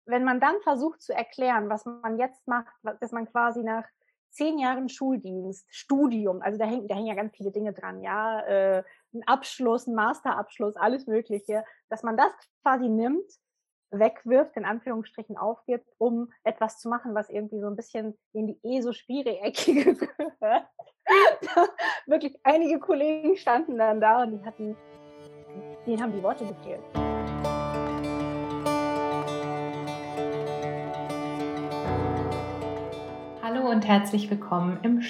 wenn man dann versucht zu erklären, was man jetzt macht, dass man quasi nach 10 Jahren Schuldienst, Studium, also da hängen ja ganz viele Dinge dran, ja, 'n Abschluss, 'n Masterabschluss, alles Mögliche, dass man das quasi nimmt, wegwirft, in Anführungsstrichen aufgibt, um etwas zu machen, was irgendwie so 'n bisschen in die ESO-Schwierig-Ecke gehört. Wirklich einige Kollegen standen dann da und denen haben die Worte gefehlt. Hallo und herzlich willkommen im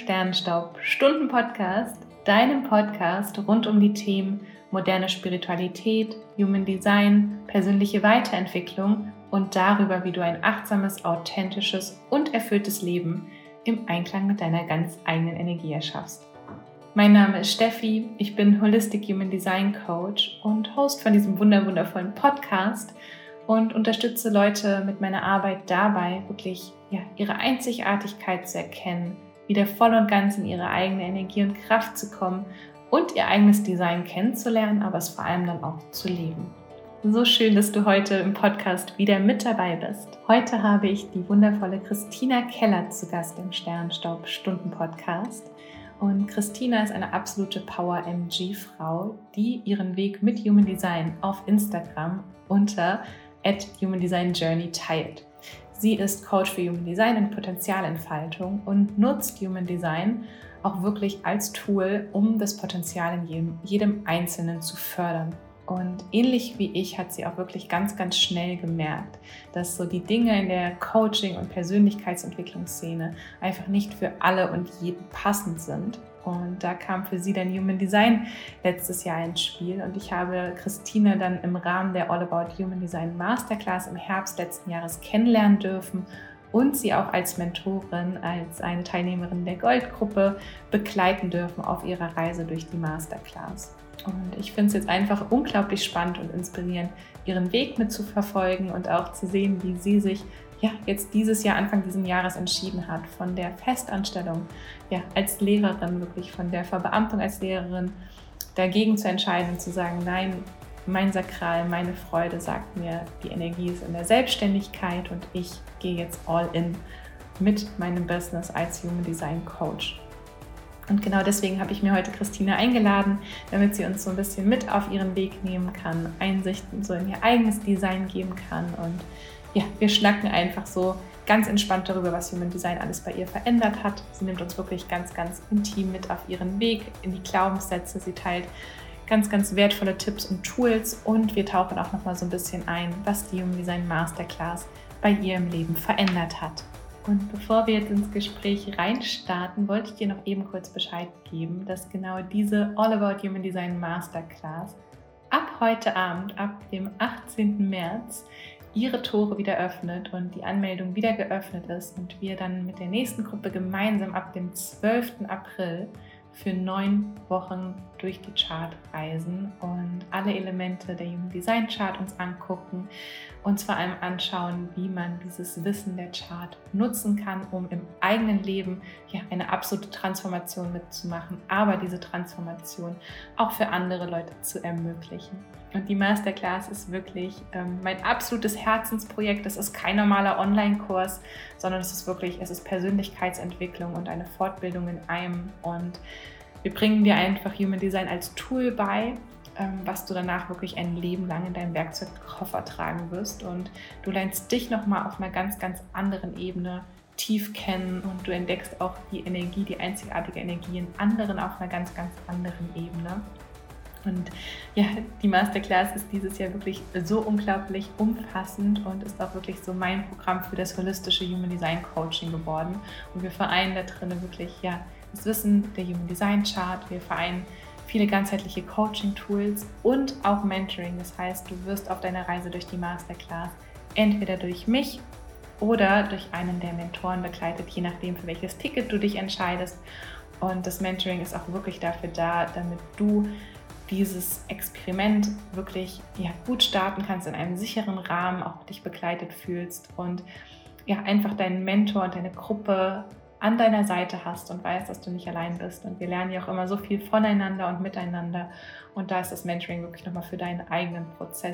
Sternstaub-Stunden-Podcast, deinem Podcast rund um die Themen moderne Spiritualität, Human Design, persönliche Weiterentwicklung und darüber, wie du ein achtsames, authentisches und erfülltes Leben im Einklang mit deiner ganz eigenen Energie erschaffst. Mein Name ist Steffi, ich bin Holistic Human Design Coach und Host von diesem wundervollen Podcast und unterstütze Leute mit meiner Arbeit dabei, wirklich ihre Einzigartigkeit zu erkennen, wieder voll und ganz in ihre eigene Energie und Kraft zu kommen und ihr eigenes Design kennenzulernen, aber es vor allem dann auch zu leben. So schön, dass du heute im Podcast wieder mit dabei bist. Heute habe ich die wundervolle Christina Keller zu Gast im Sternstaub-Stunden-Podcast. Und Christina ist eine absolute Power-MG-Frau, die ihren Weg mit Human Design auf Instagram unter @HumanDesignJourney teilt. Sie ist Coach für Human Design und Potenzialentfaltung und nutzt Human Design auch wirklich als Tool, um das Potenzial in jedem Einzelnen zu fördern. Und ähnlich wie ich hat sie auch wirklich ganz schnell gemerkt, dass so die Dinge in der Coaching- und Persönlichkeitsentwicklungsszene einfach nicht für alle und jeden passend sind. Und da kam für sie dann Human Design letztes Jahr ins Spiel. Und ich habe Christina dann im Rahmen der All About Human Design Masterclass im Herbst letzten Jahres kennenlernen dürfen und sie auch als Mentorin, als eine Teilnehmerin der Goldgruppe begleiten dürfen auf ihrer Reise durch die Masterclass. Und ich finde es jetzt einfach unglaublich spannend und inspirierend, ihren Weg mitzuverfolgen und auch zu sehen, wie sie sich jetzt dieses Jahr, Anfang dieses Jahres entschieden hat, von der Festanstellung als Lehrerin, wirklich von der Verbeamtung als Lehrerin dagegen zu entscheiden und zu sagen, nein, mein Sakral, meine Freude sagt mir, die Energie ist in der Selbstständigkeit und ich gehe jetzt all in mit meinem Business als Human Design Coach. Und genau deswegen habe ich mir heute Christina eingeladen, damit sie uns so ein bisschen mit auf ihren Weg nehmen kann, Einsichten so in ihr eigenes Design geben kann. Und wir schnacken einfach so ganz entspannt darüber, was Human Design alles bei ihr verändert hat. Sie nimmt uns wirklich ganz intim mit auf ihren Weg in die Glaubenssätze. Sie teilt ganz wertvolle Tipps und Tools und wir tauchen auch nochmal so ein bisschen ein, was die Human Design Masterclass bei ihr im Leben verändert hat. Und bevor wir jetzt ins Gespräch reinstarten, wollte ich dir noch eben kurz Bescheid geben, dass genau diese All About Human Design Masterclass ab heute Abend, ab dem 18. März, ihre Tore wieder öffnet und die Anmeldung wieder geöffnet ist und wir dann mit der nächsten Gruppe gemeinsam ab dem 12. April für 9 Wochen durch die Chart reisen und alle Elemente der Human Design Chart uns angucken, uns vor allem anschauen, wie man dieses Wissen der Chart nutzen kann, um im eigenen Leben eine absolute Transformation mitzumachen, aber diese Transformation auch für andere Leute zu ermöglichen. Und die Masterclass ist wirklich mein absolutes Herzensprojekt. Das ist kein normaler Online-Kurs, sondern es ist Persönlichkeitsentwicklung und eine Fortbildung in einem. Und wir bringen dir einfach Human Design als Tool bei, was du danach wirklich ein Leben lang in deinem Werkzeugkoffer tragen wirst. Und du lernst dich nochmal auf einer ganz anderen Ebene tief kennen und du entdeckst auch die Energie, die einzigartige Energie in anderen auf einer ganz anderen Ebene. Und die Masterclass ist dieses Jahr wirklich so unglaublich umfassend und ist auch wirklich so mein Programm für das holistische Human Design Coaching geworden. Und wir vereinen da drin wirklich das Wissen der Human Design Chart, wir vereinen viele ganzheitliche Coaching-Tools und auch Mentoring. Das heißt, du wirst auf deiner Reise durch die Masterclass entweder durch mich oder durch einen der Mentoren begleitet, je nachdem, für welches Ticket du dich entscheidest. Und das Mentoring ist auch wirklich dafür da, damit du dieses Experiment wirklich gut starten kannst, in einem sicheren Rahmen auch dich begleitet fühlst und einfach deinen Mentor und deine Gruppe an deiner Seite hast und weißt, dass du nicht allein bist. Und wir lernen ja auch immer so viel voneinander und miteinander. Und da ist das Mentoring wirklich nochmal für deinen eigenen Prozess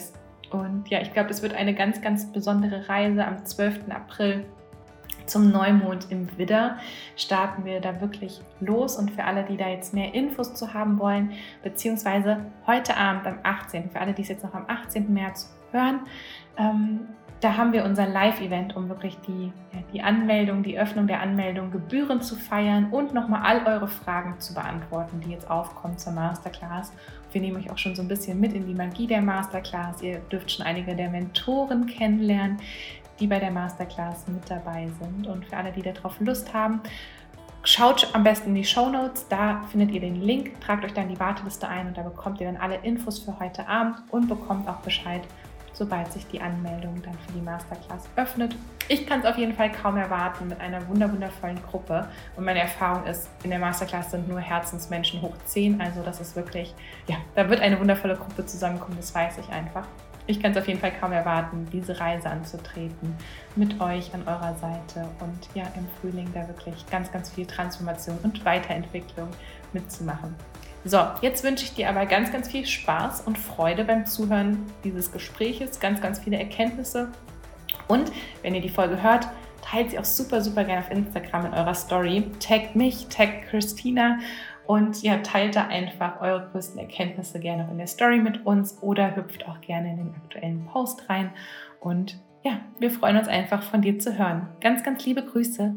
Und ja, ich glaube, es wird eine ganz, ganz besondere Reise. Am 12. April zum Neumond im Widder starten wir da wirklich los. Und für alle, die da jetzt mehr Infos zu haben wollen, beziehungsweise heute Abend am 18., für alle, die es jetzt noch am 18. März hören, da haben wir unser Live-Event, um wirklich die Anmeldung, die Öffnung der Anmeldung gebührend zu feiern und nochmal all eure Fragen zu beantworten, die jetzt aufkommen zur Masterclass. Wir nehmen euch auch schon so ein bisschen mit in die Magie der Masterclass. Ihr dürft schon einige der Mentoren kennenlernen, die bei der Masterclass mit dabei sind. Und für alle, die darauf Lust haben, schaut am besten in die Shownotes, da findet ihr den Link, tragt euch dann die Warteliste ein und da bekommt ihr dann alle Infos für heute Abend und bekommt auch Bescheid, sobald sich die Anmeldung dann für die Masterclass öffnet. Ich kann es auf jeden Fall kaum erwarten mit einer wundervollen Gruppe. Und meine Erfahrung ist, in der Masterclass sind nur Herzensmenschen hoch 10. Also das ist wirklich, da wird eine wundervolle Gruppe zusammenkommen, das weiß ich einfach. Ich kann es auf jeden Fall kaum erwarten, diese Reise anzutreten mit euch an eurer Seite und im Frühling da wirklich ganz, ganz viel Transformation und Weiterentwicklung mitzumachen. So, jetzt wünsche ich dir aber ganz, ganz viel Spaß und Freude beim Zuhören dieses Gespräches, ganz, ganz viele Erkenntnisse. Und wenn ihr die Folge hört, teilt sie auch super, super gerne auf Instagram in eurer Story. Taggt mich, taggt Christina und teilt da einfach eure größten Erkenntnisse gerne auch in der Story mit uns oder hüpft auch gerne in den aktuellen Post rein. Und wir freuen uns einfach von dir zu hören. Ganz, ganz liebe Grüße.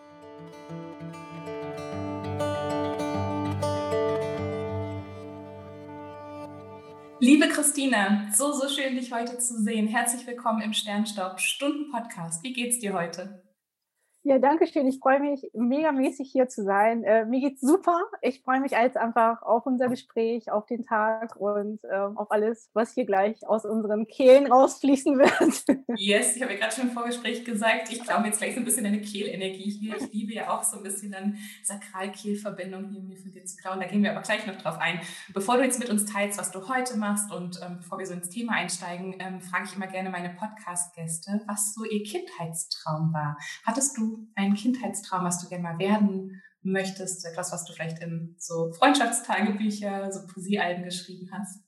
Liebe Christina, so schön, dich heute zu sehen. Herzlich willkommen im Sternstaub-Stunden-Podcast. Wie geht's dir heute? Ja, danke schön. Ich freue mich megamäßig hier zu sein. Mir geht's super. Ich freue mich jetzt einfach auf unser Gespräch, auf den Tag und auf alles, was hier gleich aus unseren Kehlen rausfließen wird. Yes, ich habe ja gerade schon im Vorgespräch gesagt, ich glaube jetzt gleich so ein bisschen deine Kehlenergie hier. Ich liebe ja auch so ein bisschen dann Sakral-Kehl-Verbindung hier mir von dir zu klauen. Da gehen wir aber gleich noch drauf ein. Bevor du jetzt mit uns teilst, was du heute machst und bevor wir so ins Thema einsteigen, frage ich immer gerne meine Podcast-Gäste, was so ihr Kindheitstraum war. Hattest du einen Kindheitstraum, was du gerne mal werden möchtest? Etwas, was du vielleicht in so Freundschaftstagebücher, so Poesiealben geschrieben hast?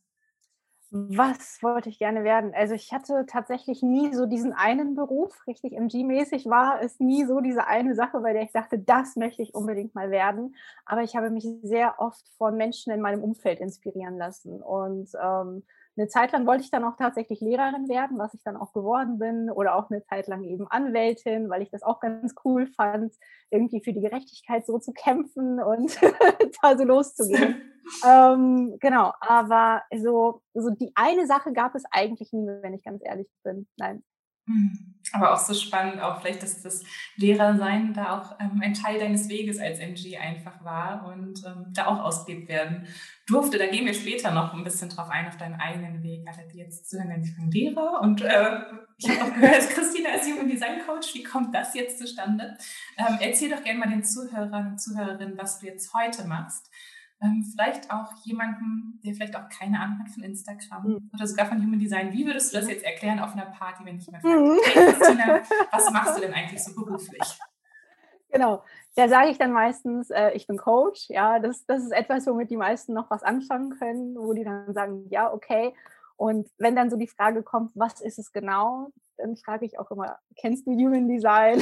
Was wollte ich gerne werden? Also ich hatte tatsächlich nie so diesen einen Beruf, richtig MG-mäßig war es nie so diese eine Sache, bei der ich dachte, das möchte ich unbedingt mal werden. Aber ich habe mich sehr oft von Menschen in meinem Umfeld inspirieren lassen. Und eine Zeit lang wollte ich dann auch tatsächlich Lehrerin werden, was ich dann auch geworden bin. Oder auch eine Zeit lang eben Anwältin, weil ich das auch ganz cool fand, irgendwie für die Gerechtigkeit so zu kämpfen und da so loszugehen. Genau, aber so die eine Sache gab es eigentlich nie, wenn ich ganz ehrlich bin. Nein. Aber auch so spannend, auch vielleicht, dass das Lehrersein da auch ein Teil deines Weges als MG einfach war und da auch ausgelebt werden durfte. Da gehen wir später noch ein bisschen drauf ein, auf deinen eigenen Weg. Alle, die jetzt zuhören, ich bin Lehrer und ich habe auch gehört, Christina ist Human Design Coach. Wie kommt das jetzt zustande? Erzähl doch gerne mal den Zuhörern und Zuhörerinnen, was du jetzt heute machst. Vielleicht auch jemanden, der vielleicht auch keine Ahnung hat von Instagram oder sogar von Human Design. Wie würdest du das jetzt erklären auf einer Party, wenn ich mal frage, hey Christina, was machst du denn eigentlich so beruflich? Genau, da sage ich dann meistens, ich bin Coach. Ja, das ist etwas, womit die meisten noch was anfangen können, wo die dann sagen, ja, okay. Und wenn dann so die Frage kommt, was ist es genau, dann frage ich auch immer, kennst du Human Design?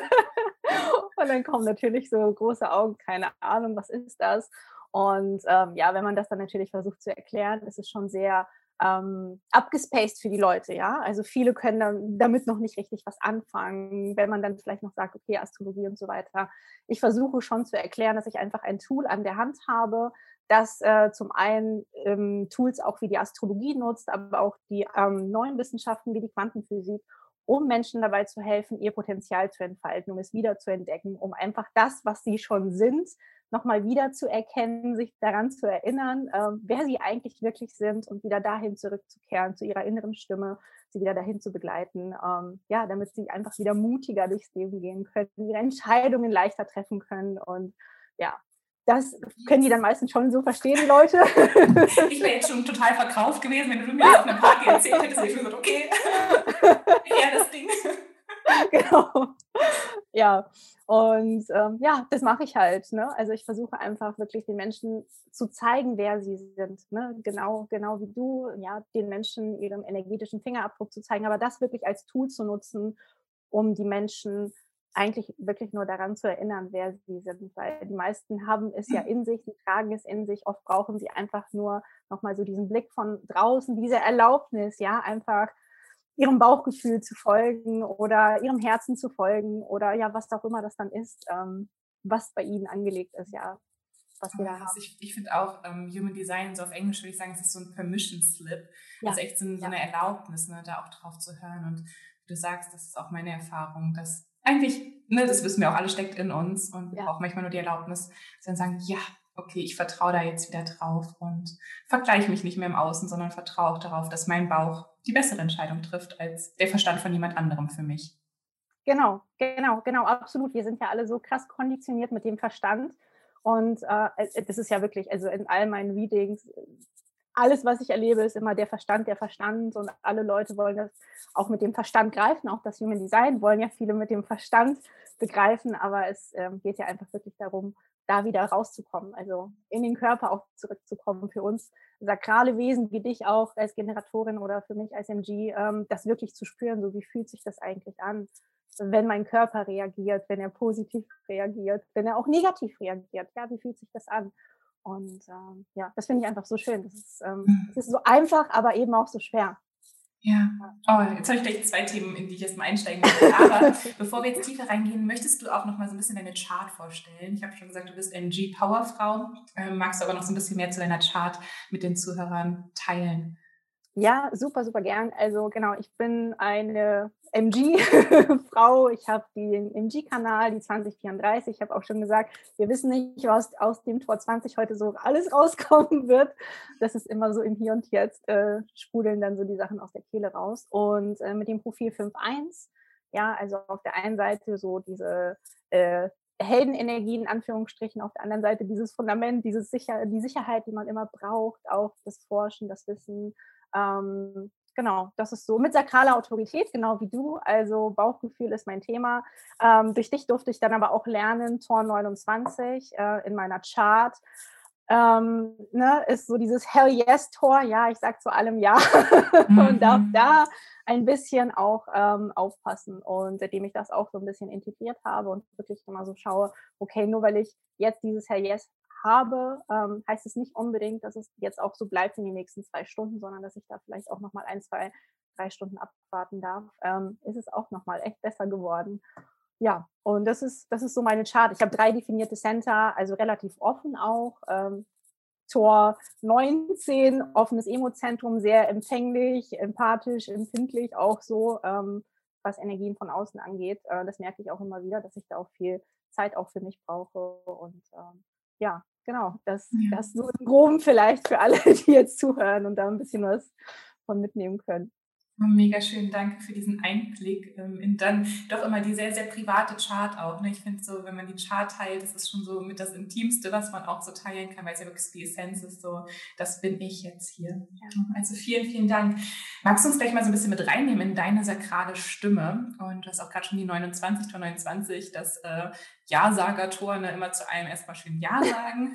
Und dann kommen natürlich so große Augen, keine Ahnung, was ist das? Und wenn man das dann natürlich versucht zu erklären, ist es schon sehr abgespaced für die Leute, ja. Also viele können dann damit noch nicht richtig was anfangen, wenn man dann vielleicht noch sagt, okay, Astrologie und so weiter. Ich versuche schon zu erklären, dass ich einfach ein Tool an der Hand habe, das zum einen Tools auch wie die Astrologie nutzt, aber auch die neuen Wissenschaften wie die Quantenphysik, um Menschen dabei zu helfen, ihr Potenzial zu entfalten, um es wieder zu entdecken, um einfach das, was sie schon sind, nochmal wieder zu erkennen, sich daran zu erinnern, wer sie eigentlich wirklich sind und wieder dahin zurückzukehren, zu ihrer inneren Stimme, sie wieder dahin zu begleiten, damit sie einfach wieder mutiger durchs Leben gehen können, ihre Entscheidungen leichter treffen können und das können die dann meistens schon so verstehen, die Leute. Ich wäre jetzt schon total verkauft gewesen, wenn du mir auf einer Party erzählt hättest, hätte ich schon gesagt, okay, ja, das Ding. Genau. Ja, und ja, das mache ich halt, ne? Also, ich versuche einfach wirklich den Menschen zu zeigen, wer sie sind, ne? Genau wie du, ja, den Menschen ihren energetischen Fingerabdruck zu zeigen, aber das wirklich als Tool zu nutzen, um die Menschen eigentlich wirklich nur daran zu erinnern, wer sie sind, weil die meisten haben es ja in sich, die tragen es in sich. Oft brauchen sie einfach nur noch mal so diesen Blick von draußen, diese Erlaubnis, ja, einfach ihrem Bauchgefühl zu folgen oder ihrem Herzen zu folgen oder ja, was auch immer das dann ist, was bei ihnen angelegt ist, ja, was Oh, wir da yes. haben. Ich finde auch Human Design, so auf Englisch würde ich sagen, es ist so ein Permission Slip. Also Ja, echt so ja, eine Erlaubnis, ne, da auch drauf zu hören. Und wie du sagst, das ist auch meine Erfahrung, dass eigentlich, ne, das wissen wir auch alle, steckt in uns und wir ja. brauchen manchmal nur die Erlaubnis, dass wir dann sagen, ja, okay, ich vertraue da jetzt wieder drauf und vergleiche mich nicht mehr im Außen, sondern vertraue auch darauf, dass mein Bauch die bessere Entscheidung trifft als der Verstand von jemand anderem für mich. Genau, absolut. Wir sind ja alle so krass konditioniert mit dem Verstand und, das ist ja wirklich also, in all meinen Readings, alles, was ich erlebe, ist immer der Verstand und alle Leute wollen das auch mit dem Verstand greifen. Auch das Human Design wollen ja viele mit dem Verstand begreifen, aber es, geht ja einfach wirklich darum, da wieder rauszukommen, also in den Körper auch zurückzukommen. Für uns sakrale Wesen wie dich auch als Generatorin oder für mich als MG, das wirklich zu spüren, so wie fühlt sich das eigentlich an, wenn mein Körper reagiert, wenn er positiv reagiert, wenn er auch negativ reagiert. Ja, wie fühlt sich das an? Und, ja, das finde ich einfach so schön. Das ist so einfach, aber eben auch so schwer. Ja. Oh, jetzt habe ich gleich 2 Themen, in die ich erstmal einsteigen möchte. Aber bevor wir jetzt tiefer reingehen, möchtest du auch noch mal so ein bisschen deine Chart vorstellen? Ich habe schon gesagt, du bist MG-Powerfrau. Magst du aber noch so ein bisschen mehr zu deiner Chart mit den Zuhörern teilen? Ja, super, super gern. Also genau, ich bin eine MG-Frau. Ich habe den MG-Kanal, die 2034. Ich habe auch schon gesagt, wir wissen nicht, was aus dem Tor 20 heute so alles rauskommen wird. Das ist immer so im Hier und Jetzt, sprudeln dann so die Sachen aus der Kehle raus. Und mit dem Profil 5.1, ja, also auf der einen Seite so diese Heldenenergie in Anführungsstrichen, auf der anderen Seite dieses Fundament, die Sicherheit, die man immer braucht, auch das Forschen, das Wissen, genau, das ist so mit sakraler Autorität, genau wie du. Also Bauchgefühl ist mein Thema. Durch dich durfte ich dann aber auch lernen, Tor 29 in meiner Chart. Ne, ist so dieses Hell Yes Tor, ja, ich sag zu allem Ja und darf Mhm. da ein bisschen auch aufpassen. Und seitdem ich das auch so ein bisschen integriert habe und wirklich immer so schaue, okay, nur weil ich jetzt dieses Hell Yes habe, heißt es nicht unbedingt, dass es jetzt auch so bleibt in den nächsten 2 Stunden, sondern dass ich da vielleicht auch noch mal 1, 2, 3 Stunden abwarten darf. Ist es auch noch mal echt besser geworden. Ja, und das ist so meine Chart. Ich habe 3 definierte Center, also relativ offen auch. Tor 19, offenes Emozentrum, sehr empfänglich, empathisch, empfindlich, auch so, was Energien von außen angeht. Das merke ich auch immer wieder, dass ich da auch viel Zeit auch für mich brauche. Und ja, genau, Ja. das so im Groben vielleicht für alle, die jetzt zuhören und da ein bisschen was von mitnehmen können. Oh, mega schön, danke für diesen Einblick in dann doch immer die sehr, sehr private Chart auch. Ne? Ich finde so, wenn man die Chart teilt, das ist schon so mit das Intimste, was man auch so teilen kann, weil es ja wirklich die Essenz ist, so, das bin ich jetzt hier. Ja. Also vielen, vielen Dank. Magst du uns gleich mal so ein bisschen mit reinnehmen in deine sakrale Stimme? Und du hast auch gerade schon die 29, Tor 29, das Ja-Sager-Tor, ne? Immer zu allem erstmal schön Ja sagen.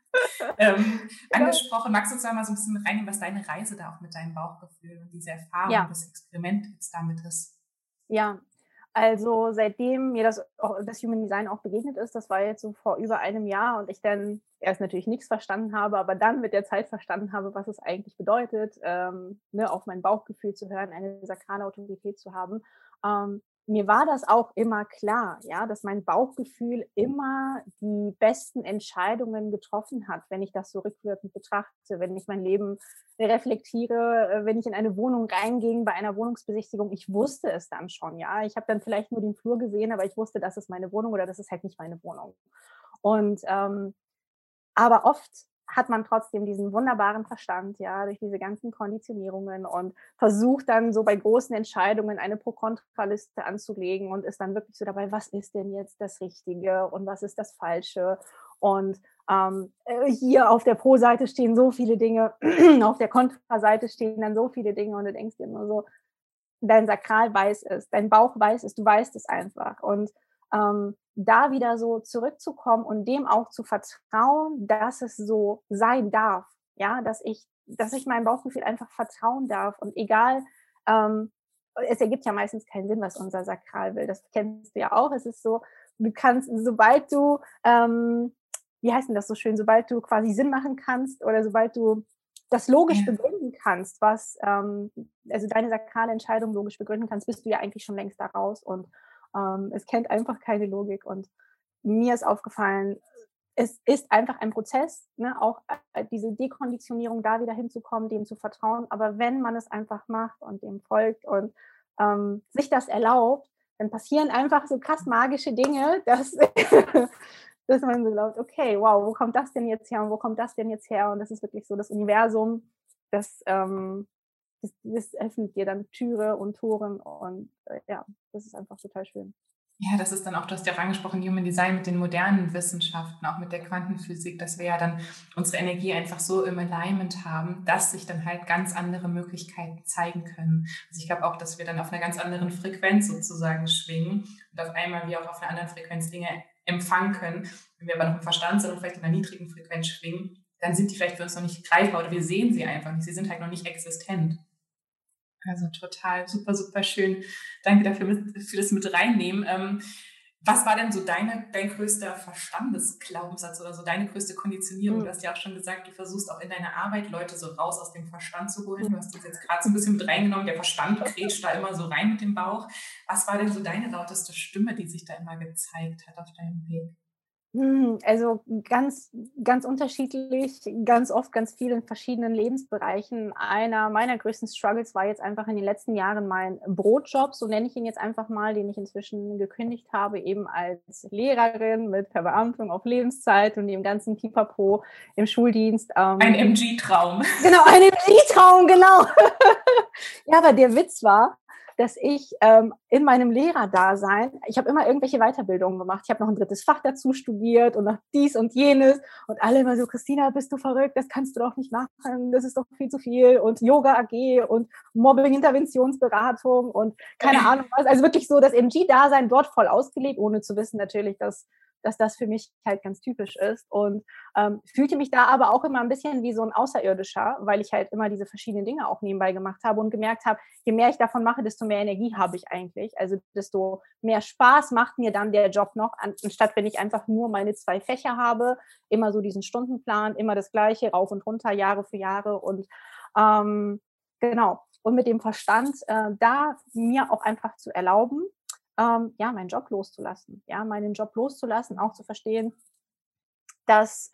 Genau. Angesprochen. Magst du uns da mal so ein bisschen mit reinnehmen, was deine Reise da auch mit deinem Bauchgefühl und diese Erfahrung, Ja, das Experiment jetzt damit ist? ja. Also, seitdem mir das Human Design auch begegnet ist, das war jetzt so vor über einem Jahr und ich dann erst natürlich nichts verstanden habe, aber dann mit der Zeit verstanden habe, was es eigentlich bedeutet, ne, auf mein Bauchgefühl zu hören, eine sakrale Autorität zu haben. Mir war das auch immer klar, ja, dass mein Bauchgefühl immer die besten Entscheidungen getroffen hat, wenn ich das so rückwirkend betrachte, wenn ich mein Leben reflektiere, wenn ich in eine Wohnung reinging bei einer Wohnungsbesichtigung. Ich wusste es dann schon, ja. Ich habe dann vielleicht nur den Flur gesehen, aber ich wusste, das ist meine Wohnung oder das ist halt nicht meine Wohnung. Und aber oft hat man trotzdem diesen wunderbaren Verstand, ja, durch diese ganzen Konditionierungen und versucht dann so bei großen Entscheidungen eine Pro-Kontra-Liste anzulegen und ist dann wirklich so dabei, was ist denn jetzt das Richtige und was ist das Falsche? Und hier auf der Pro-Seite stehen so viele Dinge, auf der Kontra-Seite stehen dann so viele Dinge und du denkst dir nur so, dein Sakral weiß es, dein Bauch weiß es, du weißt es einfach. Und da wieder so zurückzukommen und dem auch zu vertrauen, dass es so sein darf, ja, dass ich meinem Bauchgefühl einfach vertrauen darf und egal, es ergibt ja meistens keinen Sinn, was unser Sakral will. Das kennst du ja auch. Es ist so, du kannst, sobald du, wie heißt denn das so schön, sobald du quasi Sinn machen kannst oder sobald du das logisch Ja. begründen kannst, also deine sakrale Entscheidung logisch begründen kannst, bist du ja eigentlich schon längst da raus und es kennt einfach keine Logik und mir ist aufgefallen, es ist einfach ein Prozess, ne, auch diese Dekonditionierung, da wieder hinzukommen, dem zu vertrauen. Aber wenn man es einfach macht und dem folgt und sich das erlaubt, dann passieren einfach so krass magische Dinge, dass, dass man so glaubt, okay, wow, wo kommt das denn jetzt her und wo kommt das denn jetzt her? Und das ist wirklich so das Universum, das öffnet dir dann Türe und Toren und ja, das ist einfach total schön. Ja, das ist dann auch, du hast ja auch angesprochen, Human Design mit den modernen Wissenschaften, auch mit der Quantenphysik, dass wir ja dann unsere Energie einfach so im Alignment haben, dass sich dann halt ganz andere Möglichkeiten zeigen können. Also ich glaube auch, dass wir dann auf einer ganz anderen Frequenz sozusagen schwingen und auf einmal wir auch auf einer anderen Frequenz Dinge empfangen können. Wenn wir aber noch im Verstand sind und vielleicht in einer niedrigen Frequenz schwingen, dann sind die vielleicht für uns noch nicht greifbar oder wir sehen sie einfach nicht. Sie sind halt noch nicht existent. Also total super, super schön. Danke dafür für das mit reinnehmen. Was war denn so dein größter Verstandesglaubenssatz oder so deine größte Konditionierung? Du Mhm. hast ja auch schon gesagt, du versuchst auch in deiner Arbeit Leute so raus aus dem Verstand zu holen. Du hast das jetzt gerade so ein bisschen mit reingenommen. Der Verstand grätscht da immer so rein mit dem Bauch. Was war denn so deine lauteste Stimme, die sich da immer gezeigt hat auf deinem Weg? Also ganz ganz unterschiedlich, ganz oft, ganz viel in verschiedenen Lebensbereichen. Einer meiner größten Struggles war jetzt einfach in den letzten Jahren mein Brotjob, so nenne ich ihn jetzt einfach mal, den ich inzwischen gekündigt habe, eben als Lehrerin mit Verbeamtung auf Lebenszeit und dem ganzen Pipapo im Schuldienst. Ein MG-Traum. Genau, ein Energietraum, genau. Ja, aber der Witz war, dass ich in meinem Lehrerdasein, ich habe immer irgendwelche Weiterbildungen gemacht. Ich habe noch ein drittes Fach dazu studiert und noch dies und jenes. Und alle immer so, Christina, bist du verrückt? Das kannst du doch nicht machen. Das ist doch viel zu viel. Und Yoga AG und Mobbing-Interventionsberatung und keine Ahnung was. Also wirklich so das MG-Dasein dort voll ausgelebt, ohne zu wissen natürlich, dass das für mich halt ganz typisch ist. Und fühlte mich da aber auch immer ein bisschen wie so ein Außerirdischer, weil ich halt immer diese verschiedenen Dinge auch nebenbei gemacht habe und gemerkt habe, je mehr ich davon mache, desto mehr Energie habe ich eigentlich. Also desto mehr Spaß macht mir dann der Job noch, anstatt wenn ich einfach nur meine 2 Fächer habe, immer so diesen Stundenplan, immer das Gleiche, rauf und runter, Jahre für Jahre und genau. Und mit dem Verstand da mir auch einfach zu erlauben, ja, meinen Job loszulassen. Ja, meinen Job loszulassen, auch zu verstehen, dass,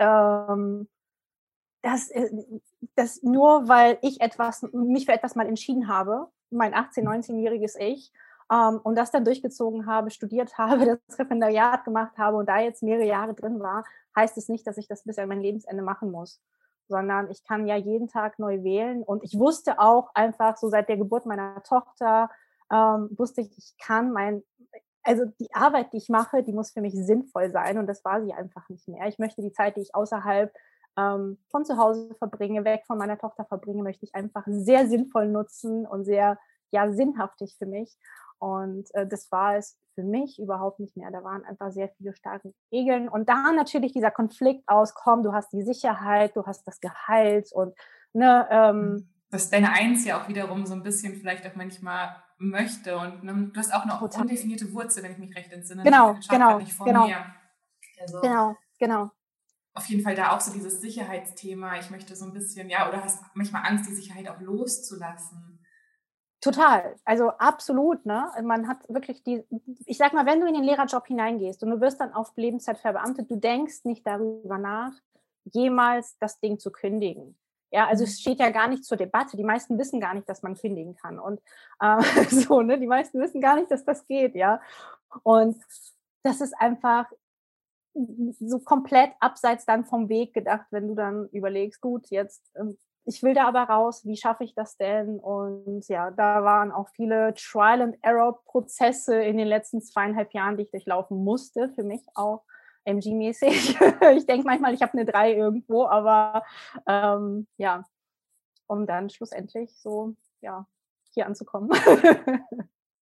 dass, dass nur weil ich mich für etwas mal entschieden habe, mein 18-, 19-jähriges Ich, und das dann durchgezogen habe, studiert habe, das Referendariat gemacht habe und da jetzt mehrere Jahre drin war, heißt es nicht, dass ich das bis an mein Lebensende machen muss, sondern ich kann ja jeden Tag neu wählen. Und ich wusste auch einfach so seit der Geburt meiner Tochter, wusste ich, ich kann also die Arbeit, die ich mache, die muss für mich sinnvoll sein und das war sie einfach nicht mehr. Ich möchte die Zeit, die ich außerhalb von zu Hause verbringe, weg von meiner Tochter verbringe, möchte ich einfach sehr sinnvoll nutzen und sehr, ja, sinnhaftig für mich. Und das war es für mich überhaupt nicht mehr. Da waren einfach sehr viele starke Regeln. Und da natürlich dieser Konflikt auskommt, du hast die Sicherheit, du hast das Gehalt und ne, Dass deine Eins ja auch wiederum so ein bisschen vielleicht auch manchmal möchte und ne, du hast auch eine total. undefinierte Wurzel, wenn ich mich recht entsinne. Ne? Genau, Mein Chakra genau, nicht vor genau, mir. Also genau, genau. auf jeden Fall da auch so dieses Sicherheitsthema. Ich möchte so ein bisschen, ja, oder hast manchmal Angst, die Sicherheit auch loszulassen. Total, also absolut, ne? Man hat wirklich ich sag mal, wenn du in den Lehrerjob hineingehst und du wirst dann auf Lebenszeit verbeamtet, du denkst nicht darüber nach, jemals das Ding zu kündigen. Ja, also es steht ja gar nicht zur Debatte. Die meisten wissen gar nicht, dass man kündigen kann. Und so, ne? Die meisten wissen gar nicht, dass das geht, ja. Und das ist einfach so komplett abseits dann vom Weg gedacht, wenn du dann überlegst, gut, jetzt, ich will da aber raus, wie schaffe ich das denn? Und ja, da waren auch viele Trial-and-Error-Prozesse in den letzten 2,5 Jahren, die ich durchlaufen musste, für mich auch MG-mäßig. Ich denke manchmal, ich habe eine 3 irgendwo, aber ja, um dann schlussendlich so, ja, hier anzukommen.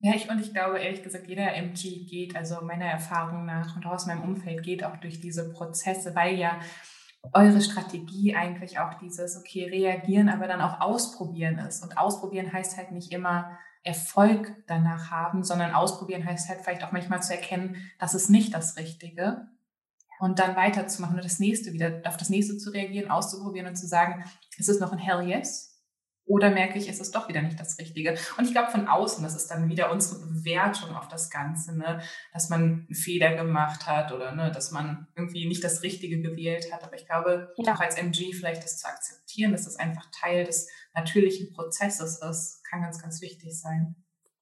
Ja, ich glaube, ehrlich gesagt, jeder MG geht, also meiner Erfahrung nach und auch aus meinem Umfeld, geht auch durch diese Prozesse, weil ja eure Strategie eigentlich auch dieses, okay, reagieren, aber dann auch ausprobieren ist. Und ausprobieren heißt halt nicht immer Erfolg danach haben, sondern ausprobieren heißt halt vielleicht auch manchmal zu erkennen, das ist nicht das Richtige und dann weiterzumachen und das nächste wieder, auf das nächste zu reagieren, auszuprobieren und zu sagen, ist es noch ein Hell yes? Oder merke ich, es ist doch wieder nicht das Richtige. Und ich glaube, von außen, das ist dann wieder unsere Bewertung auf das Ganze, ne? Dass man einen Fehler gemacht hat oder ne, dass man irgendwie nicht das Richtige gewählt hat. Aber ich glaube, Ja. auch als MG vielleicht das zu akzeptieren, dass das einfach Teil des natürlichen Prozesses ist, kann ganz, ganz wichtig sein.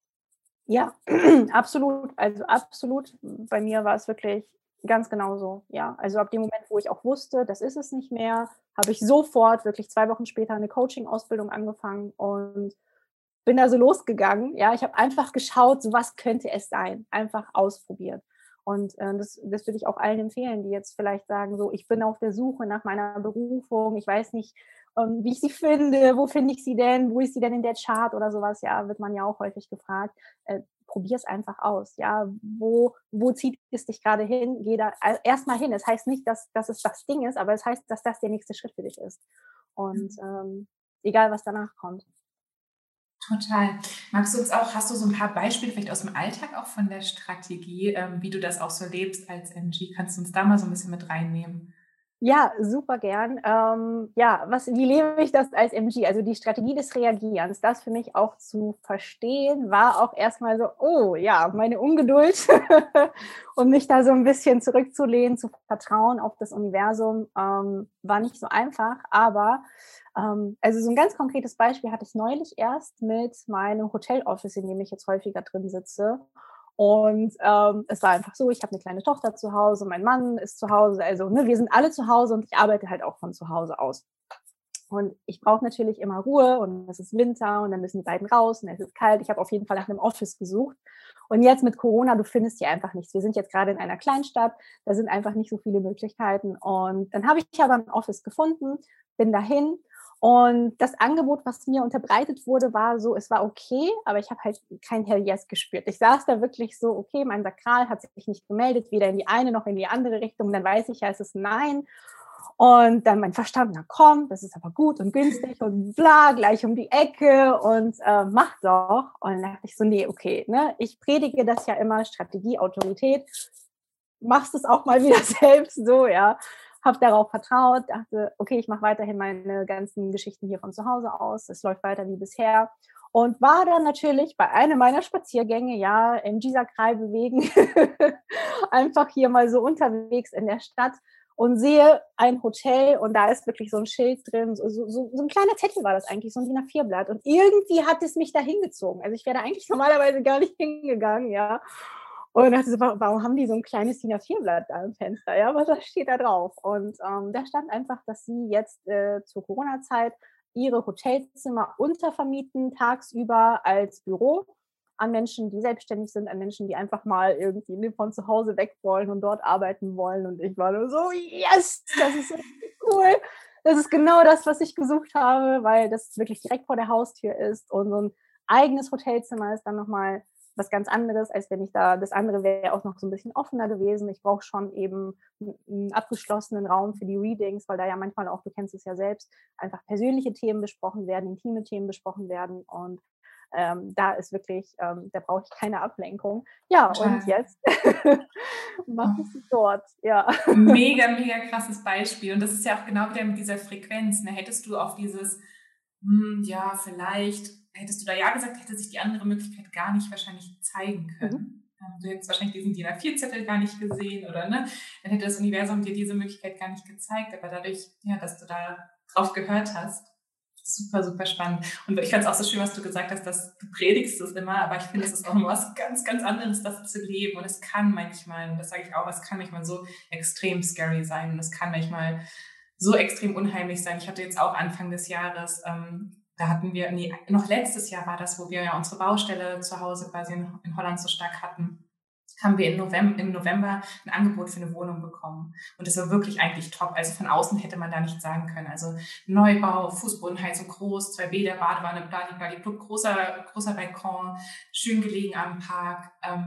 Ja, absolut. Also absolut. Bei mir war es wirklich ganz genauso. Ja, also ab dem Moment, wo ich auch wusste, das ist es nicht mehr, habe ich sofort wirklich 2 Wochen später eine Coaching-Ausbildung angefangen und bin da so losgegangen. Ja, ich habe einfach geschaut, so was könnte es sein? Einfach ausprobiert. Und, das würde ich auch allen empfehlen, die jetzt vielleicht sagen, so: „Ich bin auf der Suche nach meiner Berufung. Ich weiß nicht, wie ich sie finde. Wo finde ich sie denn? Wo ist sie denn in der Chart?“ oder sowas? Ja, wird man ja auch häufig gefragt. Probier's einfach aus, ja. Wo zieht es dich gerade hin? Geh da erst mal hin. Es heißt nicht, dass es das Ding ist, aber es heißt, dass das der nächste Schritt für dich ist. Und, egal, was danach kommt. Total. Magst du uns auch, hast du so ein paar Beispiele vielleicht aus dem Alltag auch von der Strategie, wie du das auch so lebst als MG? Kannst du uns da mal so ein bisschen mit reinnehmen? Ja, super gern. Ja, wie lebe ich das als MG? Also, die Strategie des Reagierens, das für mich auch zu verstehen, war auch erstmal so: „Oh ja, meine Ungeduld“, und mich da so ein bisschen zurückzulehnen, zu vertrauen auf das Universum, war nicht so einfach. Aber, also, so ein ganz konkretes Beispiel hatte ich neulich erst mit meinem Hoteloffice, in dem ich jetzt häufiger drin sitze. Und, es war einfach so, ich habe eine kleine Tochter zu Hause, mein Mann ist zu Hause, also, ne, wir sind alle zu Hause und ich arbeite halt auch von zu Hause aus. Und ich brauche natürlich immer Ruhe und es ist Winter und dann müssen die beiden raus und es ist kalt. Ich habe auf jeden Fall nach einem Office gesucht. Und jetzt mit Corona, du findest hier einfach nichts. Wir sind jetzt gerade in einer Kleinstadt, da sind einfach nicht so viele Möglichkeiten. Und dann habe ich aber ein Office gefunden, bin dahin und das Angebot, was mir unterbreitet wurde, war so, es war okay, aber ich habe halt kein Hell yes gespürt. Ich saß da wirklich so, okay, mein Sakral hat sich nicht gemeldet, weder in die eine noch in die andere Richtung. Dann weiß ich ja, es ist ein Nein. Und dann mein Verstand: „Na komm, das ist aber gut und günstig und bla, gleich um die Ecke und, mach doch.“ Und dann dachte ich so: „Ne, okay, ne, ich predige das ja immer, Strategie, Autorität. Machst es auch mal wieder selbst so, ja.“ Habe darauf vertraut, dachte: „Okay, ich mache weiterhin meine ganzen Geschichten hier von zu Hause aus. Es läuft weiter wie bisher.“ Und war dann natürlich bei einem meiner Spaziergänge, ja, im Sakral bewegen, einfach hier mal so unterwegs in der Stadt und sehe ein Hotel und da ist wirklich so ein Schild drin, so 'n kleiner Zettel war das eigentlich, so 'n DIN A4-Blatt und irgendwie hat es mich da hingezogen. Also, ich wäre da eigentlich normalerweise gar nicht hingegangen, ja. Und dachte so: Warum haben die so 'n kleines DIN A4-Blatt da im Fenster, ja? Was steht da drauf?“ Und, da stand einfach, dass sie jetzt, zur Corona-Zeit ihre Hotelzimmer untervermieten, tagsüber als Büro an Menschen, die selbstständig sind, an Menschen, die einfach mal irgendwie, ne, von zu Hause weg wollen und dort arbeiten wollen. Und ich war nur so: „Yes, das ist richtig cool. Das ist genau das, was ich gesucht habe“, weil das wirklich direkt vor der Haustür ist und so 'n eigenes Hotelzimmer ist dann noch mal was ganz anderes, als wenn ich da das andere wäre auch noch so 'n bisschen offener gewesen. Ich brauche schon eben 'n abgeschlossenen Raum für die Readings, weil da ja manchmal auch, du kennst es ja selbst, einfach persönliche Themen besprochen werden, intime Themen besprochen werden und da ist wirklich da brauche ich keine Ablenkung. Ja, und Total. jetzt mache ich es dort, ja. Mega, mega krasses Beispiel. Und das ist ja auch genau wieder mit dieser Frequenz. Ne? Hättest du auf dieses, ja, vielleicht, hättest du da ja gesagt, hätte sich die andere Möglichkeit gar nicht wahrscheinlich zeigen Mhm. können. Du hättest wahrscheinlich diesen DIN A4-Zettel gar nicht gesehen oder ne? Dann hätte das Universum dir diese Möglichkeit gar nicht gezeigt. Aber dadurch, ja, dass du da drauf gehört hast, super, super spannend. Und ich fand es auch so schön, was du gesagt hast, dass du predigst es immer, aber ich finde, es ist auch immer was ganz, ganz anderes, das zu leben. Und es kann manchmal, und das sage ich auch, es kann manchmal so extrem scary sein und es kann manchmal so extrem unheimlich sein. Ich hatte jetzt auch Anfang des Jahres, da hatten wir, nee, noch letztes Jahr war das, wo wir ja unsere Baustelle zu Hause quasi in Holland so stark hatten. haben wir im November ein Angebot für eine Wohnung bekommen. Und das war wirklich eigentlich top. Also von außen hätte man da nichts sagen können. Also Neubau, Fußbodenheizung groß, 2 Bäder, Badewanne, bladibladiblub, großer Balkon, schön gelegen am Park.